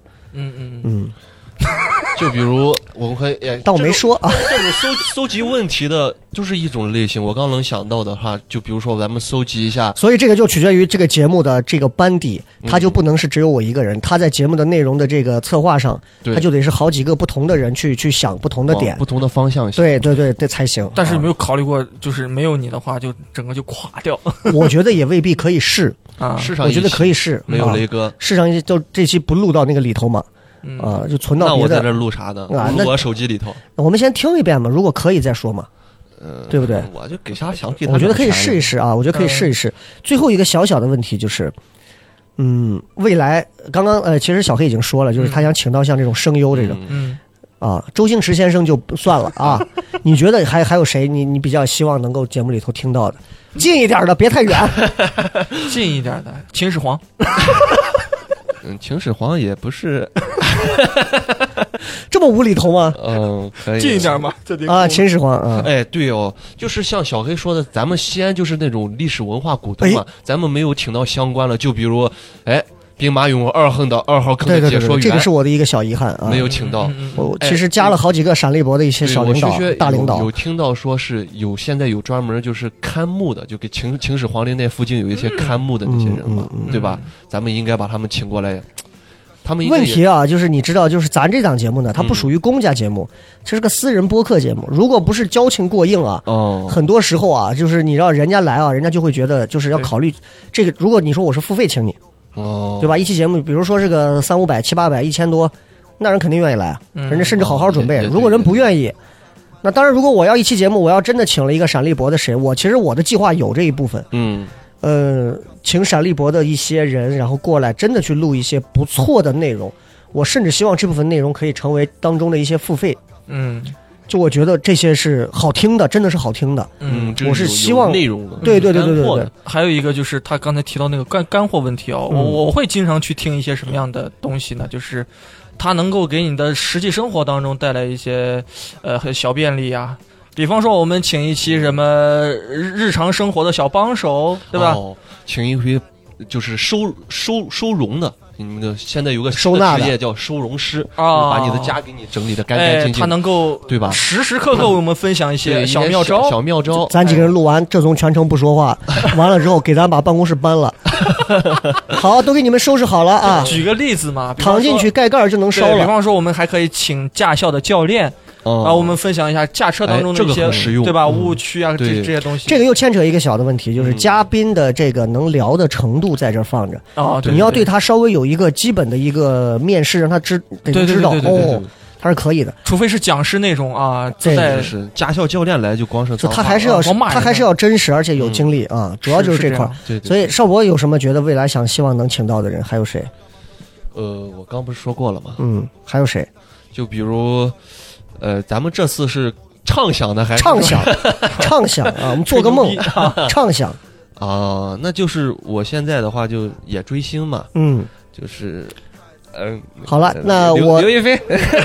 就比如我们可以， 但我没说啊。 这种搜集问题的，就是一种类型。我刚能想到的话，就比如说咱们搜集一下， 所以这个就取决于这个节目的这个班底，他就不能是只有我一个人，他在节目的内容的这个策划上，他就得是好几个不同的人去想不同的点， 不同的方向。 对才行。 但是有没有考虑过，就是没有你的话，就整个就垮掉？ 我觉得也未必可以试啊， 试上我觉得可以试， 没有雷哥， 试上一就这期不录到那个里头嘛。就存到别的。 那我在这录啥呢？录我手机里头。 我们先听一遍嘛，如果可以再说嘛，对不对？ 我就给啥想给。 我觉得可以试一试啊，我觉得可以试一试。最后一个小小的问题就是，未来刚刚其实小黑已经说了，就是他想请到像这种声优这种，周星驰先生就算了啊。你觉得还有谁你比较希望能够节目里头听到的？近一点的，别太远。 近一点的，秦始皇。 秦始皇也不是这么无厘头吗？ 可以近一点嘛。 秦始皇对哦，就是像小黑说的，咱们西安就是那种历史文化古洞嘛，咱们没有请到相关的，就比如兵马俑2横的2号坑的解说员， 这个是我的一个小遗憾啊， 没有请到。 我其实加了好几个陕历博的一些小领导、大领导， 有听到说是现在有专门就是看墓的，就给秦始皇陵那附近有一些看墓的那些人嘛，对吧？咱们应该把他们请过来。他们问题啊，就是你知道，就是咱这档节目呢，它不属于公家节目，这是个私人播客节目。如果不是交情过硬啊，很多时候啊，就是你让人家来啊，人家就会觉得就是要考虑这个。如果你说我是付费请你。对吧？一期节目，比如说是个300-500、700-800、1000多，那人肯定愿意来啊。人家甚至好好准备。如果人不愿意，那当然，如果我要一期节目，我要真的请了一个陕历博的谁，其实我的计划有这一部分。请陕历博的一些人，然后过来真的去录一些不错的内容。我甚至希望这部分内容可以成为当中的一些付费。就我觉得这些是好听的，真的是好听的。我是希望内容的。 对。 还有一个就是他刚才提到那个干货问题我会经常去听一些什么样的东西呢？就是它能够给你的实际生活当中带来一些小便利啊。比方说我们请一期什么日常生活的小帮手，对吧？ 请一回就是收容的。你们的现在有个收纳职业叫收容师把你的家给你整理的干干净净。 他能够对吧？ 时时刻刻为我们分享一些小妙招。 小妙招。 咱几个人录完，郑总全程不说话，完了之后给咱把办公室搬了。好，都给你们收拾好了啊。 举个例子嘛， 躺进去盖盖就能烧了。 比方说，我们还可以请驾校的教练。我们分享一下驾车当中的一些，对吧？误区啊，这些东西。 这个又牵扯一个小的问题，就是嘉宾的这个能聊的程度在这放着。 对， 你要对他稍微有一个基本的一个面试，让他知道他是可以的。 除非是讲师那种啊， 是驾校教练来就光是他还是要真实，而且有经历啊，主要就是这块。所以邵博有什么觉得未来希望能请到的人？还有谁？ 我刚不是说过了吗？ 还有谁？ 就比如。咱们这次是畅想的还是畅想啊？我们做个梦，畅想啊。那就是我现在的话就也追星嘛，就是好了，那我刘亦菲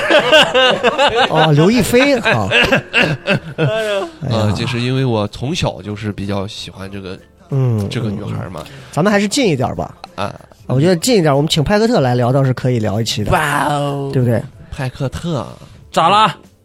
刘亦菲好， 就是因为我从小就是比较喜欢这个这个女孩嘛。 咱们还是近一点吧我觉得近一点，我们请派克特来聊倒是可以聊一期的，哇哦，对不对？ 派克特咋了？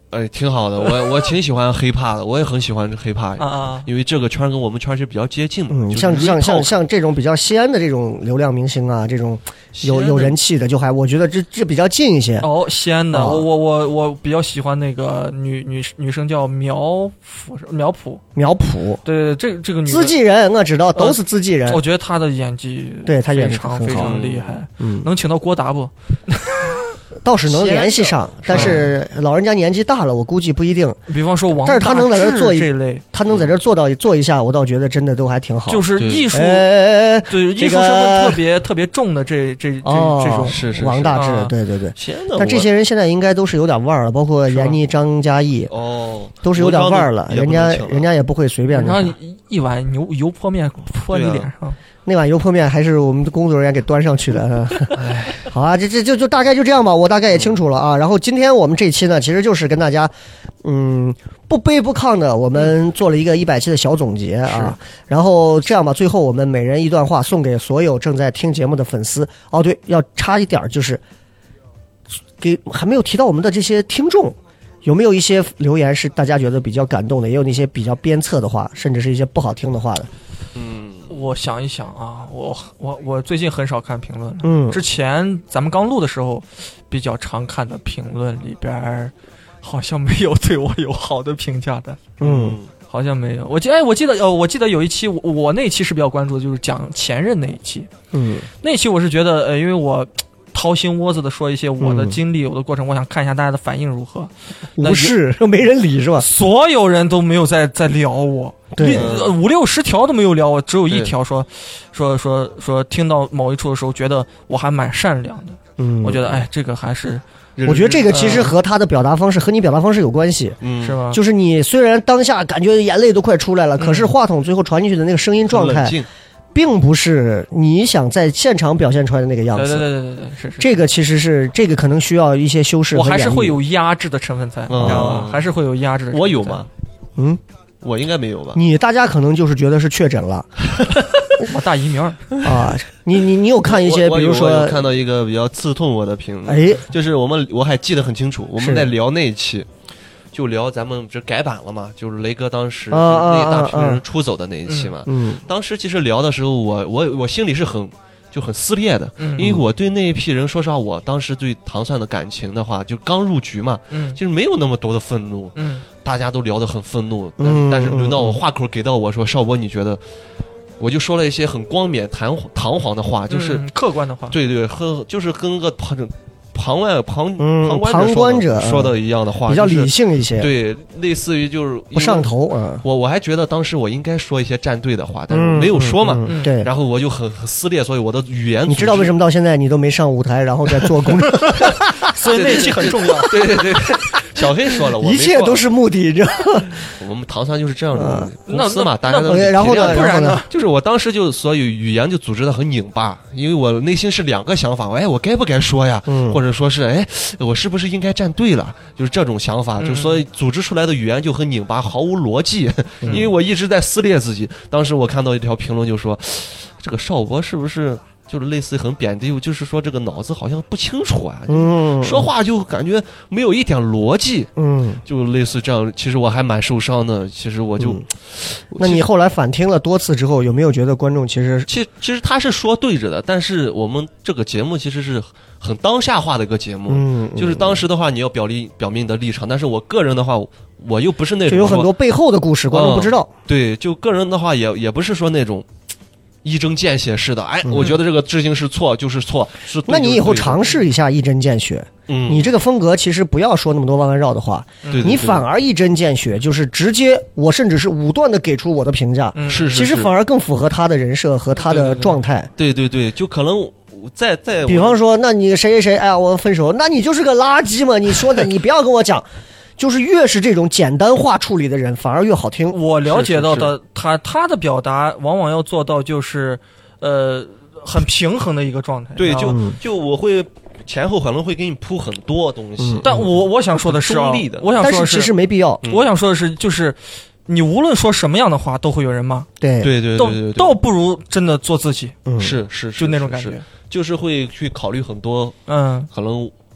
挺好的，我挺喜欢黑怕的，我也很喜欢黑怕因为这个圈跟我们圈是比较接近的。 像这种比较西安的这种流量明星啊，这种有人气的，就还我觉得这比较近一些。 哦，西安的，我比较喜欢那个女生叫苗圃，对，这个女自己人我知道，都是自己人。 我觉得她的演技， 对她演技非常厉害，能请到郭达不？ 倒是能联系上，但是老人家年纪大了，我估计不一定。 比方说王大治， 但是他能在这做这类， 他能在这做一下，我倒觉得真的都还挺好。 就是艺术，对艺术成分特别重的这种是王大治，对。但这些人现在应该都是有点腕儿了，包括闫妮、张嘉译，都是有点腕儿了。人家也不会随便。 然后一碗油泼面泼你脸上。 那碗油泼面还是我们的工作人员给端上去的。好啊，这就大概就这样吧，我大概也清楚了啊。然后今天我们这期呢，其实就是跟大家，不卑不亢的，我们做了一个100期的小总结啊。然后这样吧，最后我们每人一段话送给所有正在听节目的粉丝。哦，对，要插一点就是，还没有提到我们的这些听众。有没有一些留言是大家觉得比较感动的，也有那些比较鞭策的话，甚至是一些不好听的话的？ 我想一想啊，我最近很少看评论。之前咱们刚录的时候，比较常看的评论里边，好像没有对我有好的评价的。好像没有。我记得有一期我那一期是比较关注的，就是讲前任那一期。那一期我是觉得因为我掏心窝子的说一些我的经历、我的过程，我想看一下大家的反应如何。 无视，没人理是吧？ 所有人都没有在聊我，对，50-60条都没有聊我，只有一条说听到某一处的时候，觉得我还蛮善良的。我觉得这个还是。 我觉得这个其实和他的表达方式和你表达方式有关系， 是吗？ 就是你虽然当下感觉眼泪都快出来了，可是话筒最后传进去的那个声音状态，并不是你想在现场表现出来的那个样子。 对，是。 这个其实是这个可能需要一些修饰。 我还是会有压制的成分在，你知道吗？还是会有压制的成分在。 我有吗？我应该没有吧？ 大家可能就是觉得是确诊了。 我大疫苗啊！你有看一些，比如说我有看到一个比较刺痛我的评论，就是我还记得很清楚，我们在聊那一期，就聊咱们这改版了嘛，就是雷哥当时那大批人出走的那一期嘛。当时其实聊的时候，我心里是很撕裂的，因为我对那一批人，说实话，我当时对糖蒜的感情的话，就刚入局嘛，就是没有那么多的愤怒，大家都聊得很愤怒，但是轮到我话口给到我说，邵博你觉得？我就说了一些很光冕堂皇的话，就是客观的话， 对，就是跟个旁观者说的一样的话， 比较理性一些， 对，类似于就是不上头啊。 我还觉得当时我应该说一些站队的话，但是没有说嘛， 对。 然后我就很撕裂，所以我的语言， 你知道为什么到现在你都没上舞台，然后在做工作？ 所以那期很重要。 对。小黑说了， 一切都是目的，你知道吗？ 我们糖蒜就是这样的公司嘛，大家都然后呢？ 就是我当时所以语言就组织的很拧巴，因为我内心是2个想法，我该不该说呀？或者说是我是不是应该站队了？就是这种想法，就所以组织出来的语言就很拧巴，毫无逻辑。因为我一直在撕裂自己。当时我看到一条评论就说，这个邵博是不是？就是类似很贬低，就是说这个脑子好像不清楚啊，说话就感觉没有一点逻辑，就类似这样。其实我还蛮受伤的，其实我就， 那你后来反听了多次之后，有没有觉得观众其实他是说对着的，但是我们这个节目其实是很当下化的一个节目，就是当时的话你要表明你的立场，但是我个人的话，我又不是那种， 就有很多背后的故事，观众不知道。 对，就个人的话也不是说那种。一针见血似的，我觉得这个事情是错就是错，是对。 那你以后尝试一下一针见血，你这个风格其实不要说那么多弯弯绕的话，你反而一针见血，就是直接，我甚至是武断的给出我的评价，其实反而更符合他的人设和他的状态。 对，就可能在比方说，那你谁，哎呀，我分手，那你就是个垃圾嘛？你说的，你不要跟我讲。就是越是这种简单化处理的人，反而越好听。 我了解到的，他的表达往往要做到就是很平衡的一个状态。 对，就我会前后可能会给你铺很多东西， 但我想说的是啊，我想说的是， 但是其实没必要。 我想说的是，就是你无论说什么样的话，都会有人骂。 对， 倒不如真的做自己。 是， 就那种感觉， 就是会去考虑很多，可能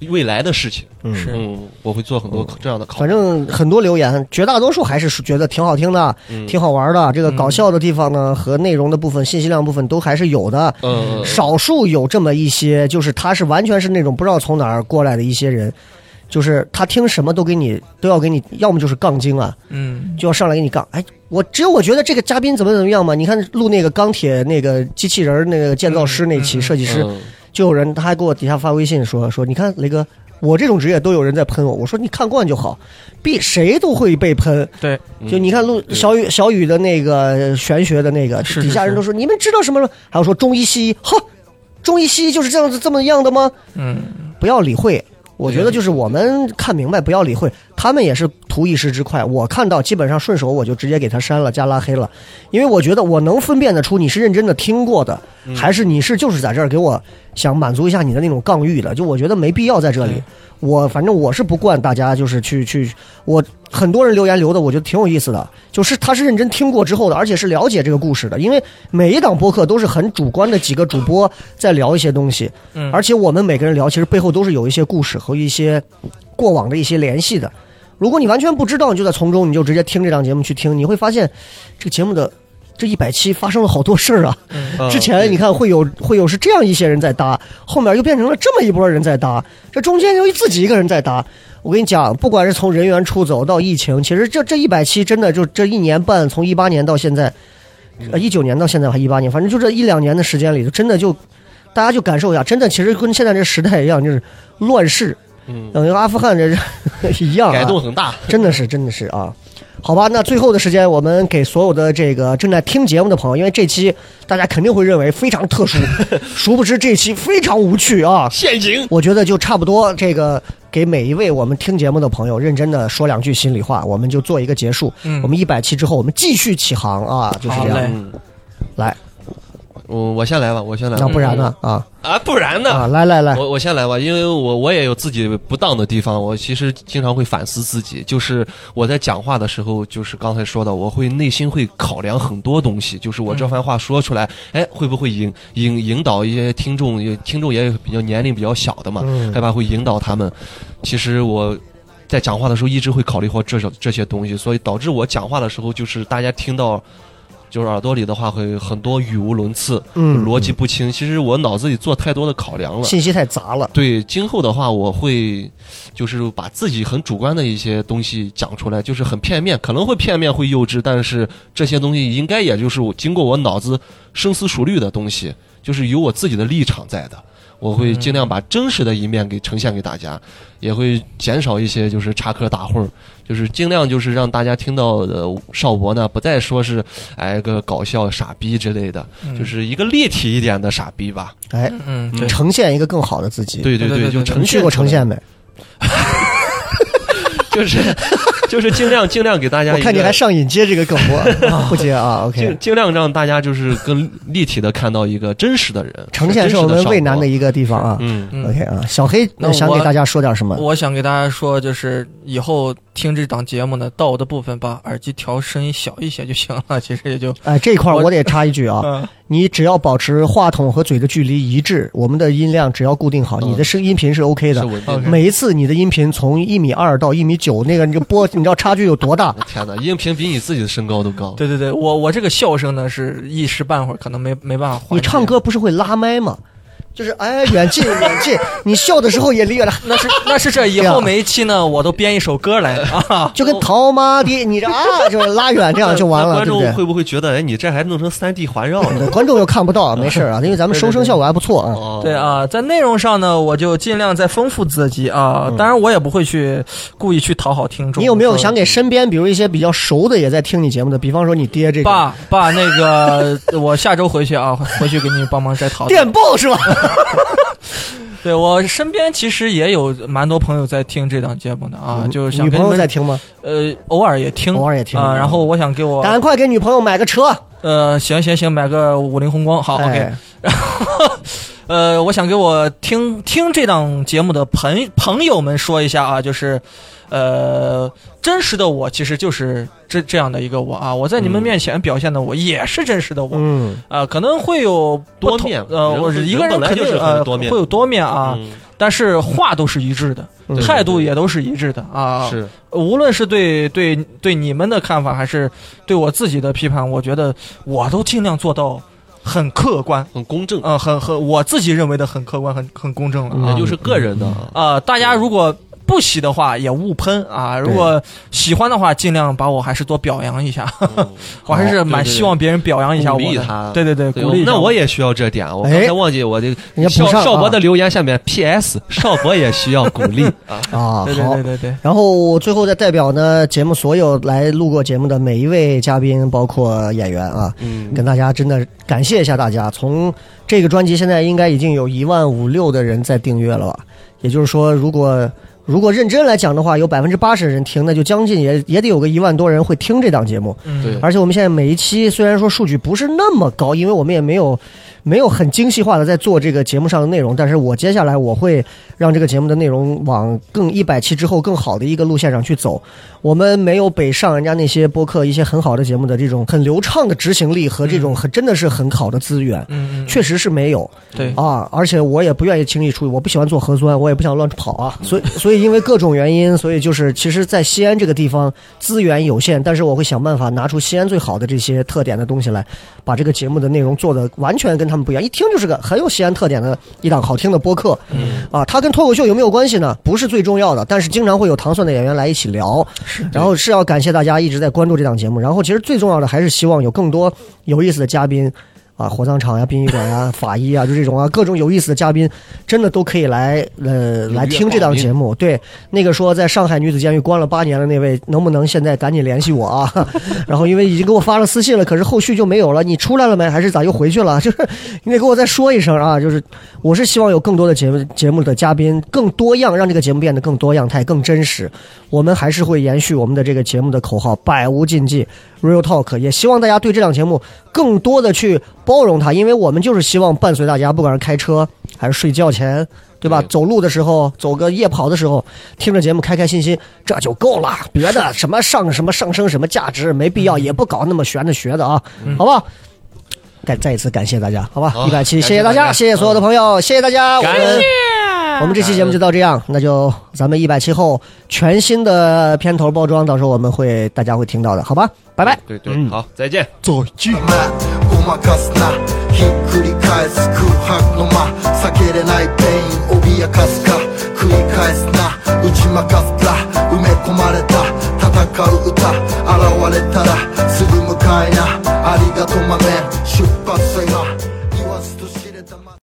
未来的事情。我会做很多这样的考虑。 反正很多留言，绝大多数还是觉得挺好听的，挺好玩的。这个搞笑的地方呢，和内容的部分、信息量部分都还是有的。少数有这么一些，就是他是完全是那种不知道从哪儿过来的一些人。就是他听什么都要给你，要么就是杠精啊，就要上来给你杠。哎，我觉得这个嘉宾怎么样嘛？你看录那个钢铁那个机器人那个建造师那期设计师，就有人他还给我底下发微信说你看雷哥，我这种职业都有人在喷我。我说你看惯就好，谁都会被喷。对，就你看录小雨的那个玄学的那个，底下人都说你们知道什么？还有说中医西医，中医西医就是这么样的吗？不要理会。我觉得就是我们看明白，不要理会，他们也是图一时之快。我看到基本上顺手我就直接给他删了加拉黑了，因为我觉得我能分辨得出你是认真的听过的，还是你是就是在这儿给我想满足一下你的那种杠欲的。就我觉得没必要在这里。反正我是不惯大家就是去我很多人留言留的我觉得挺有意思的，就是他是认真听过之后的，而且是了解这个故事的。因为每一档播客都是很主观的几个主播在聊一些东西，而且我们每个人聊其实背后都是有一些故事和一些过往的一些联系的。如果你完全不知道，你就在从中你就直接听这档节目去听，你会发现这个节目的这100期发生了好多事儿啊！之前你看会有是这样一些人在搭，后面又变成了这么一波人在搭，这中间有自己一个人在搭。我跟你讲，不管是从人员出走到疫情，其实这100期真的就这1年半，从18年到现在，19年到现在还18年，反正就这1-2年的时间里，真的就大家就感受一下，真的其实跟现在这时代一样，就是乱世，等于阿富汗这一样， 改动很大， 真的是啊。好吧，那最后的时间我们给所有的这个正在听节目的朋友，因为这期大家肯定会认为非常特殊，殊不知这期非常无趣啊， 陷阱。 我觉得就差不多，这个给每一位我们听节目的朋友认真的说2句心里话，我们就做一个结束。我们100期之后我们继续起航啊，就是这样。来， 我先来吧， 那不然呢？ 不然呢？ 来， 我先来吧，因为我也有自己不当的地方，我其实经常会反思自己，就是我在讲话的时候，就是刚才说的，我会内心会考量很多东西，就是我这番话说出来，会不会引导一些听众也比较年龄比较小的嘛，害怕会引导他们。其实我在讲话的时候一直会考虑好这些东西，所以导致我讲话的时候就是大家听到。就是耳朵里的话会很多语无伦次，逻辑不清。其实我脑子里做太多的考量了， 信息太杂了。 对，今后的话我会就是把自己很主观的一些东西讲出来，就是很片面，可能会片面会幼稚，但是这些东西应该也就是经过我脑子深思熟虑的东西，就是有我自己的立场在的。我会尽量把真实的一面给呈现给大家，也会减少一些就是插科打诨，就是尽量就是让大家听到的邵博呢不再说是个搞笑傻逼之类的，就是一个立体一点的傻逼吧。 呈现一个更好的自己。 对，就呈现。 去过呈现没？ 就是尽量给大家。 我看你还上瘾接这个梗不接啊 ？OK， 尽量让大家就是更立体的看到一个真实的人。 呈现是我们渭南的一个地方啊。OK 啊，小黑想给大家说点什么？ 我想给大家说，就是以后听这档节目呢，到的部分把耳机调声音小一些就行了。其实也就这一块我得插一句啊，你只要保持话筒和嘴的距离一致，我们的音量只要固定好，你的音频是 OK 的。每一次你的音频从1.2米到1.9米，那个你就播，你知道差距有多大？ 天哪，音频比你自己的身高都高。 对，我这个笑声呢是一时半会儿可能没办法缓解。 你唱歌不是会拉麦吗？就是远近，你笑的时候也离远了。 那是这以后每一期呢，我都编一首歌来啊， 就跟陶马的你这就是拉远，这样就完了。 观众会不会觉得你这还弄成3D 环绕？ 观众又看不到，没事啊，因为咱们收声效果还不错啊。 对啊，在内容上呢，我就尽量再丰富自己啊。当然，我也不会去故意去讨好听众。 你有没有想给身边，比如一些比较熟的也在听你节目的，比方说你爹这个爸那个，我下周回去啊，回去给你帮忙摘桃子。 电报是吧？ 对，我身边其实也有蛮多朋友在听这档节目的啊，就是想女朋友在听吗？ 偶尔也听啊。然后我想给我赶快给女朋友买个车。 行，买个50宏光好 OK。 我想给我听这档节目的朋友们说一下啊，就是真实的我其实就是这样的一个我啊，我在你们面前表现的我也是真实的我，可能会有多面， 我是一个人肯定会有多面啊，但是话都是一致的，态度也都是一致的啊。 是， 无论是对你们的看法，还是对我自己的批判，我觉得我都尽量做到很客观、 很公正， 很我自己认为的很客观、很公正了， 也就是个人的大家如果不喜的话也勿喷啊，如果喜欢的话尽量把我还是多表扬一下，我还是蛮希望别人表扬一下我的， 鼓励他， 对，鼓励。 那我也需要这点，我刚才忘记我的邵博的留言下面 PS 邵博也需要鼓励啊， 对。 然后最后再代表呢节目所有来录过节目的每一位嘉宾，包括演员啊，跟大家真的感谢一下大家。从这个专辑现在应该已经有15600的人在订阅了吧，也就是说如果认真来讲的话，有80%的人听，那就将近也得有个1万多人会听这档节目。 对， 而且我们现在每一期虽然说数据不是那么高，因为我们也没有很精细化的在做这个节目上的内容，但是我接下来我会让这个节目的内容往更100期之后更好的一个路线上去走。我们没有北上人家那些播客一些很好的节目的这种很流畅的执行力和这种真的是很好的资源，确实是没有。 对啊，而且我也不愿意轻易出去，我不喜欢做核酸，我也不想乱跑啊，所以因为各种原因，所以就是其实在西安这个地方资源有限，但是我会想办法拿出西安最好的这些特点的东西来，把这个节目的内容做的完全跟他们不一样，一听就是个很有西安特点的一档好听的播客。它跟脱口秀有没有关系呢？不是最重要的，但是经常会有糖蒜的演员来一起聊，然后是要感谢大家一直在关注这档节目，然后其实最重要的还是希望有更多有意思的嘉宾啊，火葬场呀、殡仪馆呀、法医啊，就这种啊，各种有意思的嘉宾，真的都可以来听这档节目。对，那个说在上海女子监狱关了8年的那位，能不能现在赶紧联系我啊？然后因为已经给我发了私信了，可是后续就没有了。你出来了没？还是咋又回去了？就是你得给我再说一声啊！就是我是希望有更多的节目的嘉宾更多样，让这个节目变得更多样态、更真实。我们还是会延续我们的这个节目的口号：百无禁忌 ，Real Talk。也希望大家对这档节目更多的去包容它，因为我们就是希望伴随大家，不管是开车还是睡觉前，对吧？走路的时候，走个夜跑的时候，听着节目开开心心，这就够了。别的什么上升什么价值没必要，也不搞那么玄的学的啊，好吧？再一次感谢大家，好吧？100期，谢谢大家，谢谢所有的朋友，谢谢大家， 感谢。 我们这期节目就到这样，那就咱们100期后全新的片头包装，到时候大家会听到的，好吧？拜拜。 对，好，再见。 再见。 ごまかすなひっくり返す空白の間避けれないペイン脅かすか繰り返すな打ち負かすか埋め込まれた戦う歌現れたらすぐ向かいなありがとまめ